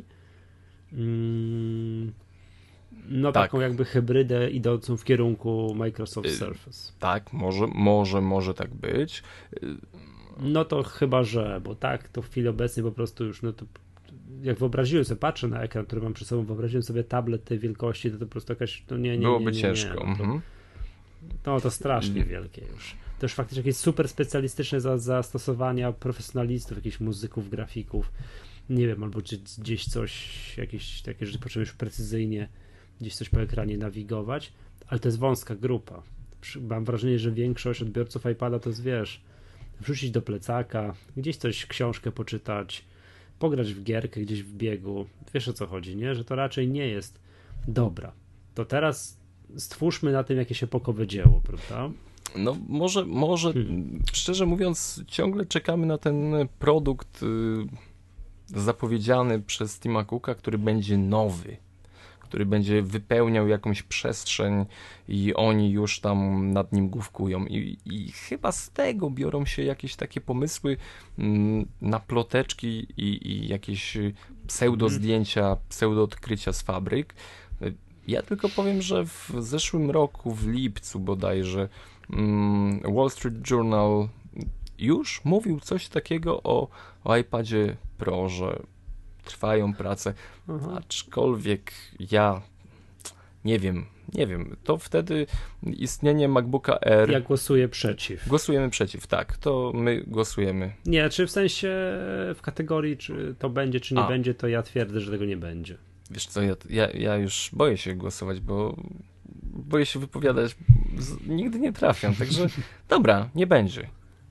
Mm, no tak. Taką jakby hybrydę idącą w kierunku Microsoft Surface. Tak, może, może, może tak być. No to chyba, że, bo tak, to w chwili obecnej po prostu już, no to jak wyobraziłem sobie, patrzę na ekran, który mam przed sobą, wyobraziłem sobie tablet tej wielkości, to, to po prostu jakaś, no nie, nie, byłoby nie, nie, ciężko. Nie, no, to, no to strasznie wielkie już. To już faktycznie jakieś super specjalistyczne za, zastosowania profesjonalistów, jakichś muzyków, grafików, nie wiem, albo czy gdzieś coś, jakieś takie, że potrzebujesz precyzyjnie gdzieś coś po ekranie nawigować, ale to jest wąska grupa. Mam wrażenie, że większość odbiorców iPada to jest, wiesz, wrzucić do plecaka, gdzieś coś, książkę poczytać, pograć w gierkę gdzieś w biegu, wiesz o co chodzi, nie? Że to raczej nie jest dobra. To teraz stwórzmy na tym jakieś epokowe dzieło, prawda? No może, może hmm. szczerze mówiąc, ciągle czekamy na ten produkt y, zapowiedziany przez Tima Cooka, który będzie nowy, który będzie wypełniał jakąś przestrzeń i oni już tam nad nim główkują. I, i chyba z tego biorą się jakieś takie pomysły mm, na ploteczki i, i jakieś pseudo zdjęcia, pseudo odkrycia z fabryk. Ja tylko powiem, że w zeszłym roku, w lipcu bodajże, mm, Wall Street Journal już mówił coś takiego o, o iPadzie Pro, że trwają prace, Aha. aczkolwiek ja nie wiem, nie wiem, to wtedy istnienie MacBooka Air... Ja głosuję przeciw. Głosujemy przeciw, tak, to my głosujemy. Nie, czy w sensie w kategorii, czy to będzie, czy nie A. będzie, to ja twierdzę, że tego nie będzie. Wiesz co, ja, ja, ja już boję się głosować, bo boję się wypowiadać, nigdy nie trafiam, także dobra, nie będzie.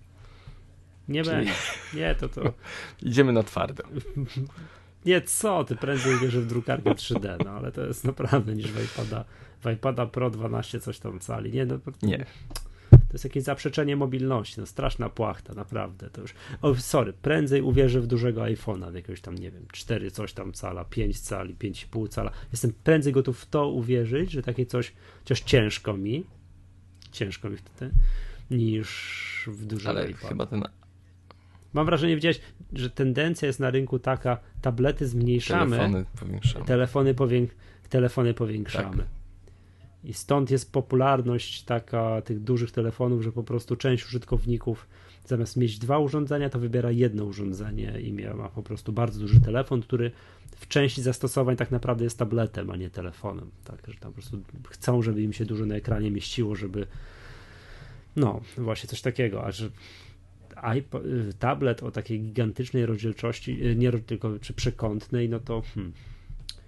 Nie Czyli... będzie, nie, to to... Idziemy na twardo. Nie, co, ty prędzej wierzę w drukarkę trzy D, no ale to jest naprawdę niż w iPada, w iPada Pro dwanaście coś tam cali. Nie, no, nie. To jest jakieś zaprzeczenie mobilności, no straszna płachta, naprawdę. To już, o, sorry, prędzej uwierzę w dużego iPhone'a, jakiegoś tam, nie wiem, cztery coś tam cala, pięć cali, pięć i pół cala. Jestem prędzej gotów w to uwierzyć, że takie coś, chociaż ciężko mi, ciężko mi wtedy, niż w dużego ale iPhone'a. Chyba ten... Mam wrażenie, widziałeś, że tendencja jest na rynku taka, tablety zmniejszamy, telefony powiększamy. Telefony, powięk- telefony powiększamy. Tak. I stąd jest popularność taka tych dużych telefonów, że po prostu część użytkowników zamiast mieć dwa urządzenia, to wybiera jedno urządzenie i ma po prostu bardzo duży telefon, który w części zastosowań tak naprawdę jest tabletem, a nie telefonem. Tak, że tam po prostu chcą, żeby im się dużo na ekranie mieściło, żeby no, właśnie coś takiego, a że iPod, tablet o takiej gigantycznej rozdzielczości, nie tylko czy przekątnej, no to hmm,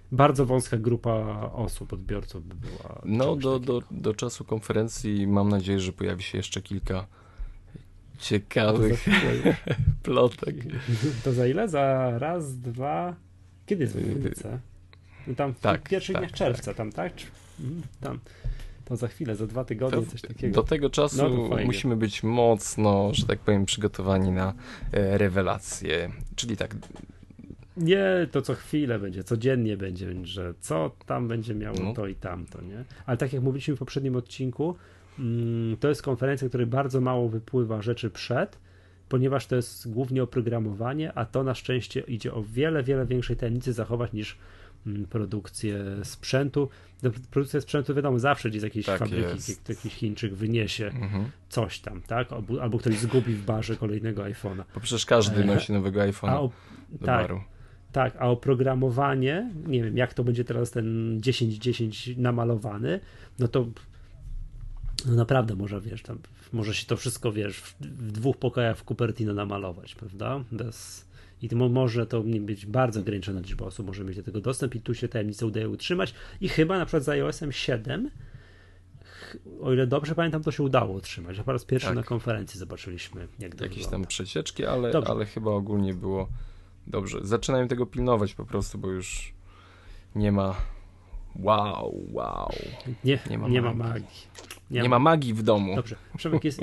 bardzo wąska grupa osób, odbiorców by była. No, do, do, do czasu konferencji mam nadzieję, że pojawi się jeszcze kilka ciekawych plotek. To za ile? Za raz, dwa... Kiedy jest Wojkowice? No tam w tak, pierwszych tak, dniach czerwca, tak. tam, tak? Tam. To za chwilę, za dwa tygodnie, to coś takiego. Do tego czasu no musimy być mocno, że tak powiem, przygotowani na e, rewelacje. Czyli tak... Nie, to co chwilę będzie, codziennie będzie, że co tam będzie miało no. to i tamto, nie? Ale tak jak mówiliśmy w poprzednim odcinku, mm, to jest konferencja, której bardzo mało wypływa rzeczy przed, ponieważ to jest głównie oprogramowanie, a to na szczęście idzie o wiele, wiele większej tajemnicy zachować niż mm, produkcję sprzętu. Produkcja sprzętu, wiadomo, zawsze gdzieś z jakiejś tak fabryki, jest. jakiś Chińczyk wyniesie mhm. coś tam, tak? Albo, albo ktoś zgubi w barze kolejnego iPhone'a. Bo przecież każdy nosi nowego iPhone'a do tak. baru. Tak, a oprogramowanie, nie wiem, jak to będzie teraz ten dziesięć dziesięć namalowany, no to no naprawdę może, wiesz, tam może się to wszystko, wiesz, w, w dwóch pokojach w Cupertino namalować, prawda? Bez, I to może to być bardzo ograniczona liczba osób, może mieć do tego dostęp i tu się tajemnicę udaje utrzymać i chyba na przykład z iOS-em siedem, o ile dobrze pamiętam, to się udało utrzymać, a po raz pierwszy tak. na konferencji zobaczyliśmy, jak to Jakieś wygląda. tam przecieczki, ale, ale chyba ogólnie było dobrze. Zaczynałem tego pilnować po prostu, bo już nie ma wow, wow. Nie, nie ma nie magii. Ma magii. Nie, nie ma magii w domu. Dobrze. Przemek jest...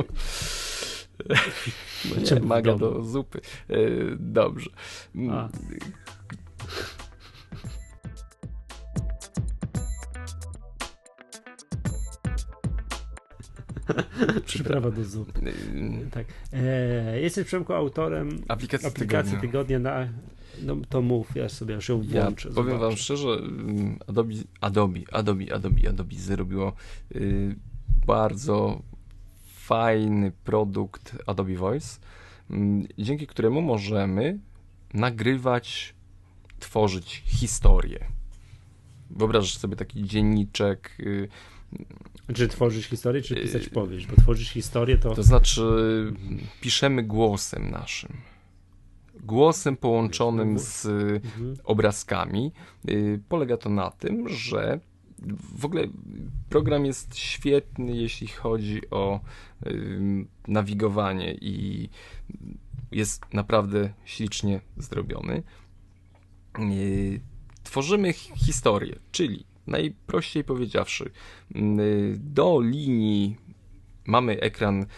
no nie, maga do zupy. Yy, dobrze. A. Przyprawa do zupy. Tak. E, jesteś, Przemku, autorem aplikacji, aplikacji tygodnia. tygodnia na... No to mów, ja sobie już ją włączę. Ja powiem zobaczę. wam szczerze, Adobe, Adobe, Adobe, Adobe, Adobe zrobiło y, bardzo fajny produkt Adobe Voice, y, dzięki któremu możemy nagrywać, tworzyć historię. Wyobrażasz sobie taki dzienniczek. Y, czy tworzysz historię, czy pisać powieść? Bo tworzysz historię, to... To znaczy piszemy głosem naszym. Głosem połączonym z obrazkami. Polega to na tym, że w ogóle program jest świetny, jeśli chodzi o nawigowanie i jest naprawdę ślicznie zrobiony. Tworzymy historię, czyli najprościej powiedziawszy, do linii mamy ekran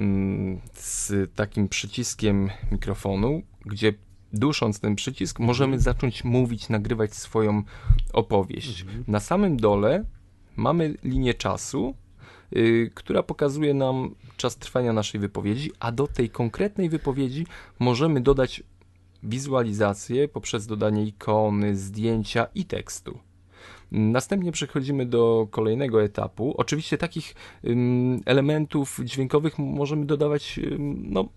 z takim przyciskiem mikrofonu, gdzie dusząc ten przycisk możemy zacząć mówić, nagrywać swoją opowieść. Mhm. Na samym dole mamy linię czasu, yy, która pokazuje nam czas trwania naszej wypowiedzi, a do tej konkretnej wypowiedzi możemy dodać wizualizację poprzez dodanie ikony, zdjęcia i tekstu. Następnie przechodzimy do kolejnego etapu. Oczywiście takich ym, elementów dźwiękowych możemy dodawać ym, no,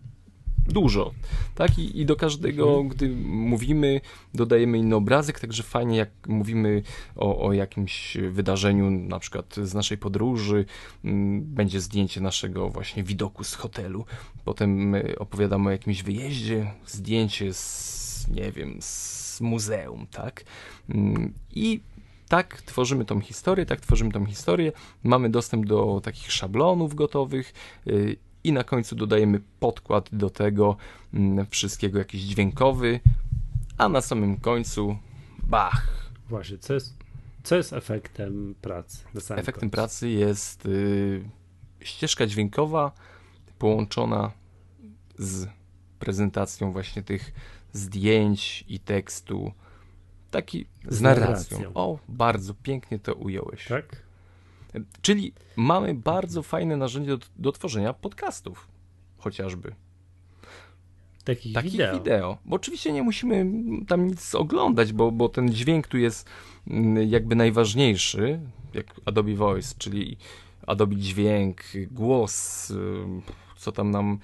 dużo. Tak? I, I do każdego, mhm. gdy mówimy, dodajemy inny obrazek, także fajnie jak mówimy o, o jakimś wydarzeniu, na przykład z naszej podróży, ym, będzie zdjęcie naszego właśnie widoku z hotelu. Potem opowiadamy o jakimś wyjeździe, zdjęcie z, nie wiem, z muzeum, tak? Ym, I tak tworzymy tą historię, tak tworzymy tą historię, mamy dostęp do takich szablonów gotowych yy, i na końcu dodajemy podkład do tego yy, wszystkiego, jakiś dźwiękowy, a na samym końcu bach. Właśnie, co jest, co jest efektem pracy? Na samym efektem końcu? pracy jest yy, ścieżka dźwiękowa połączona z prezentacją właśnie tych zdjęć i tekstu. Taki z, z narracją. narracją. O, bardzo pięknie to ująłeś. Tak? Czyli mamy bardzo fajne narzędzie do, do tworzenia podcastów, chociażby. Takich, Takich wideo. wideo. Bo oczywiście nie musimy tam nic oglądać, bo, bo ten dźwięk tu jest jakby najważniejszy, jak Adobe Voice, czyli Adobe Dźwięk, głos, co tam nam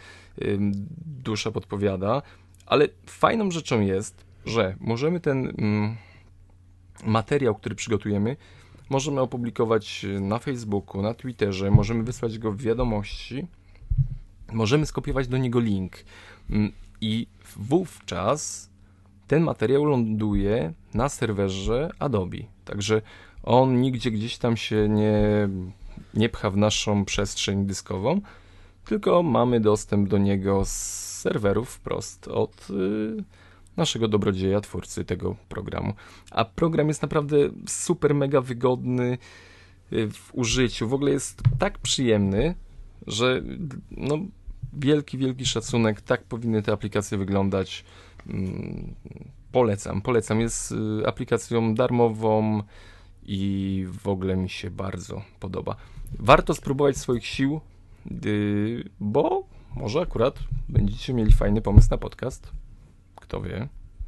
dusza podpowiada. Ale fajną rzeczą jest, że możemy ten mm, materiał, który przygotujemy, możemy opublikować na Facebooku, na Twitterze, możemy wysłać go w wiadomości, możemy skopiować do niego link mm, i wówczas ten materiał ląduje na serwerze Adobe. Także on nigdzie gdzieś tam się nie, nie pcha w naszą przestrzeń dyskową, tylko mamy dostęp do niego z serwerów wprost od y, naszego dobrodzieja, twórcy tego programu. A program jest naprawdę super, mega wygodny y, w użyciu. W ogóle jest tak przyjemny, że no, wielki, wielki szacunek. Tak powinny te aplikacje wyglądać. Mm, polecam, polecam. Jest y, aplikacją darmową i w ogóle mi się bardzo podoba. Warto spróbować swoich sił, y, bo może akurat będziecie mieli fajny pomysł na podcast. Kto wie.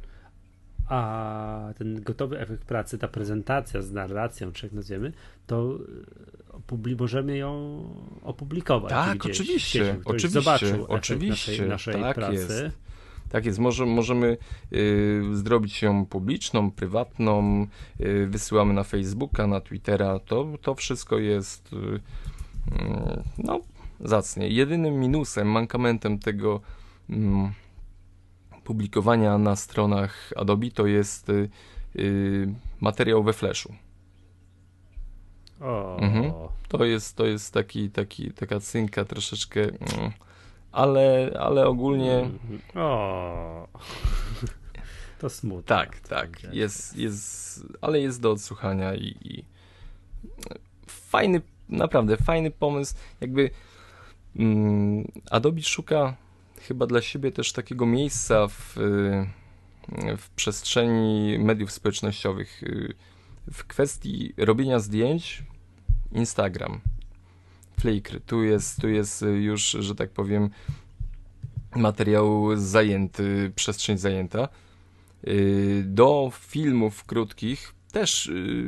A ten gotowy efekt pracy, ta prezentacja z narracją, czy jak nazwiemy, to opubli- możemy ją opublikować. Tak, gdzieś, oczywiście, gdzieś, ktoś oczywiście, zobaczył oczywiście, naszej, naszej tak pracy. Jest. Tak jest, Może, możemy y, zrobić ją publiczną, prywatną, y, wysyłamy na Facebooka, na Twittera, to, to wszystko jest y, y, no, zacnie. Jedynym minusem, mankamentem tego y, publikowania na stronach Adobe to jest y, y, materiał we Flashu. O. Mhm. To jest, to jest taki, taki, taka cynka troszeczkę, mm, ale, ale ogólnie... O. To smutne. Tak, tak, jest, jest, ale jest do odsłuchania i, i fajny, naprawdę fajny pomysł. Jakby mm, Adobe szuka chyba dla siebie też takiego miejsca w, w przestrzeni mediów społecznościowych. W kwestii robienia zdjęć Instagram, Flickr, tu jest, tu jest już, że tak powiem, materiał zajęty, przestrzeń zajęta. Do filmów krótkich też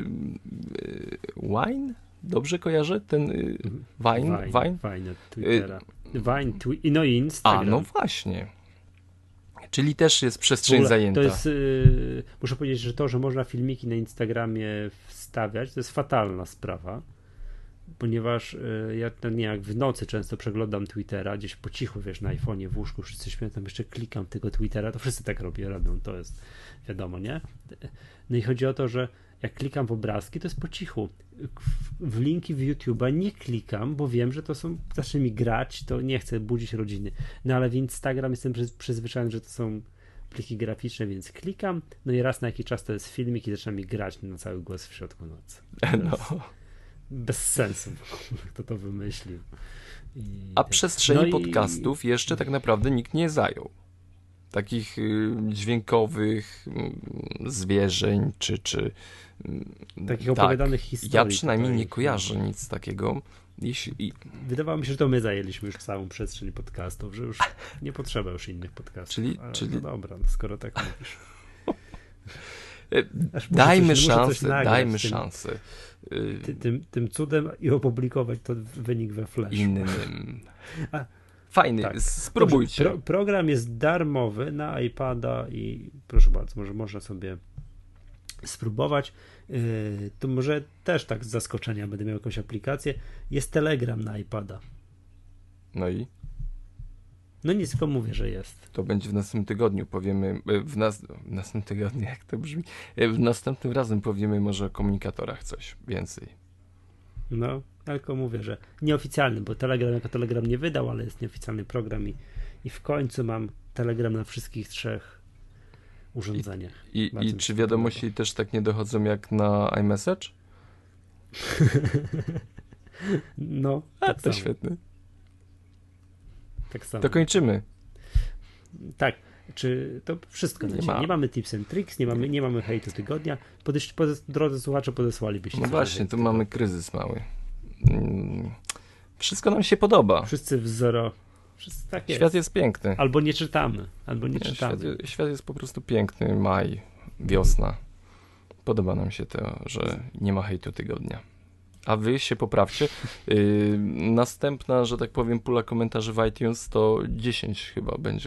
Wine? Dobrze kojarzę? Ten Vine? Vine, Vine? Vine Twittera. Vine, twi- no i Instagram. A, no właśnie. Czyli też jest przestrzeń ogóle, zajęta. To jest, yy, muszę powiedzieć, że to, że można filmiki na Instagramie wstawiać, to jest fatalna sprawa, ponieważ yy, ja to nie jak w nocy często przeglądam Twittera, gdzieś po cichu, wiesz, na iPhone'ie w łóżku, wszyscy śpią, tam jeszcze klikam tego Twittera, to wszyscy tak robią, robią, to jest wiadomo, nie? No i chodzi o to, że jak klikam w obrazki, to jest po cichu. W linki w YouTube'a nie klikam, bo wiem, że to są, zacznie mi grać, to nie chcę budzić rodziny. No ale w Instagram jestem przyzwyczajony, że to są pliki graficzne, więc klikam, no i raz na jakiś czas to jest filmik i zaczyna mi grać na cały głos w środku nocy. No. Bez sensu, kto to wymyślił. I A przestrzeni no i... podcastów jeszcze tak naprawdę nikt nie zajął. Takich y, dźwiękowych y, zwierzeń, czy, czy y, takich tak. opowiadanych historii. Ja przynajmniej tutaj. nie kojarzę nic takiego. Jeśli... Wydawało mi się, że to my zajęliśmy już całą przestrzeń podcastów, że już nie potrzeba już innych podcastów. Czyli, Ale czyli... no dobra, no skoro tak mówisz. Dajmy coś, szansę, nagrać, dajmy tym, szansę. Ty, tym, tym cudem i opublikować to wynik we Flashu. Innym. A, Fajny, tak. spróbujcie. Pro, program jest darmowy na iPada i proszę bardzo, może można sobie spróbować. Yy, to może też tak z zaskoczenia będę miał jakąś aplikację. Jest Telegram na iPada. No i? No nic, tylko mówię, że jest. To będzie w następnym tygodniu, powiemy, w, nas, w następnym tygodniu, jak to brzmi, w następnym razem powiemy może o komunikatorach coś więcej. No, tylko mówię, że nieoficjalny, bo Telegram jako Telegram nie wydał, ale jest nieoficjalny program i, i w końcu mam Telegram na wszystkich trzech urządzeniach. I, i, i czy wiadomości podoba. Też tak nie dochodzą jak na iMessage? No, A, tak to samo. świetne. Tak samo. To kończymy. Tak. Czy to wszystko na nie, dzisiaj. ma. Nie mamy tips and tricks, nie mamy, nie mamy hejtu tygodnia. Podeś, podes, drodzy słuchacze, podesłalibyście. No właśnie, tu mamy kryzys mały. Wszystko nam się podoba. Wszyscy wzoro. Wszyscy, tak jest. Świat jest piękny. Albo nie czytamy. Albo nie, nie czytamy. Świat, świat jest po prostu piękny. Maj, wiosna. Podoba nam się to, że nie ma hejtu tygodnia. A wy się poprawcie. Yy, następna, że tak powiem, pula komentarzy w iTunes to dziesięć chyba będzie.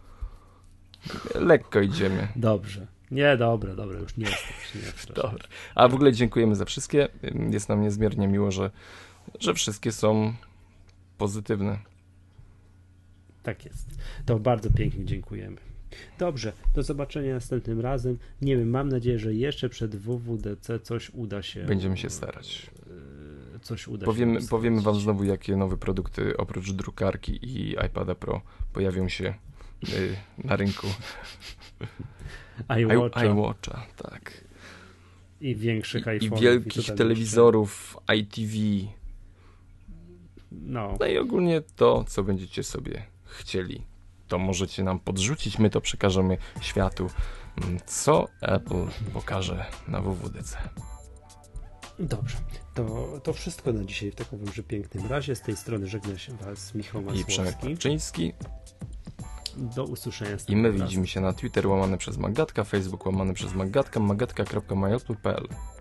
Lekko idziemy. Dobrze. Nie, dobra, dobra, już nie jesteś. Nie jesteś. Dobra. A w ogóle dziękujemy za wszystkie. Jest nam niezmiernie miło, że, że wszystkie są pozytywne. Tak jest. To bardzo pięknie dziękujemy. Dobrze, do zobaczenia następnym razem. Nie wiem, mam nadzieję, że jeszcze przed W W D C coś uda się. Będziemy się starać. Coś uda powiemy, się. Powiemy wam znowu, jakie nowe produkty oprócz drukarki i iPada Pro pojawią się y, na rynku. iWatcha. iWatcha, tak. I większych iPhone'ów. I wielkich i telewizorów, I T V. No. No i ogólnie to, co będziecie sobie chcieli. To możecie nam podrzucić, my to przekażemy światu, co Apple pokaże na W W D C. Dobrze, to, to wszystko na dzisiaj w takim pięknym razie. Z tej strony żegna się Was Michał Masłowski. I Przemek Parczyński. Do usłyszenia. I my widzimy się na Twitter łamane przez Magatka, Facebook łamane przez Magatka, magatka kropka my apple kropka p l.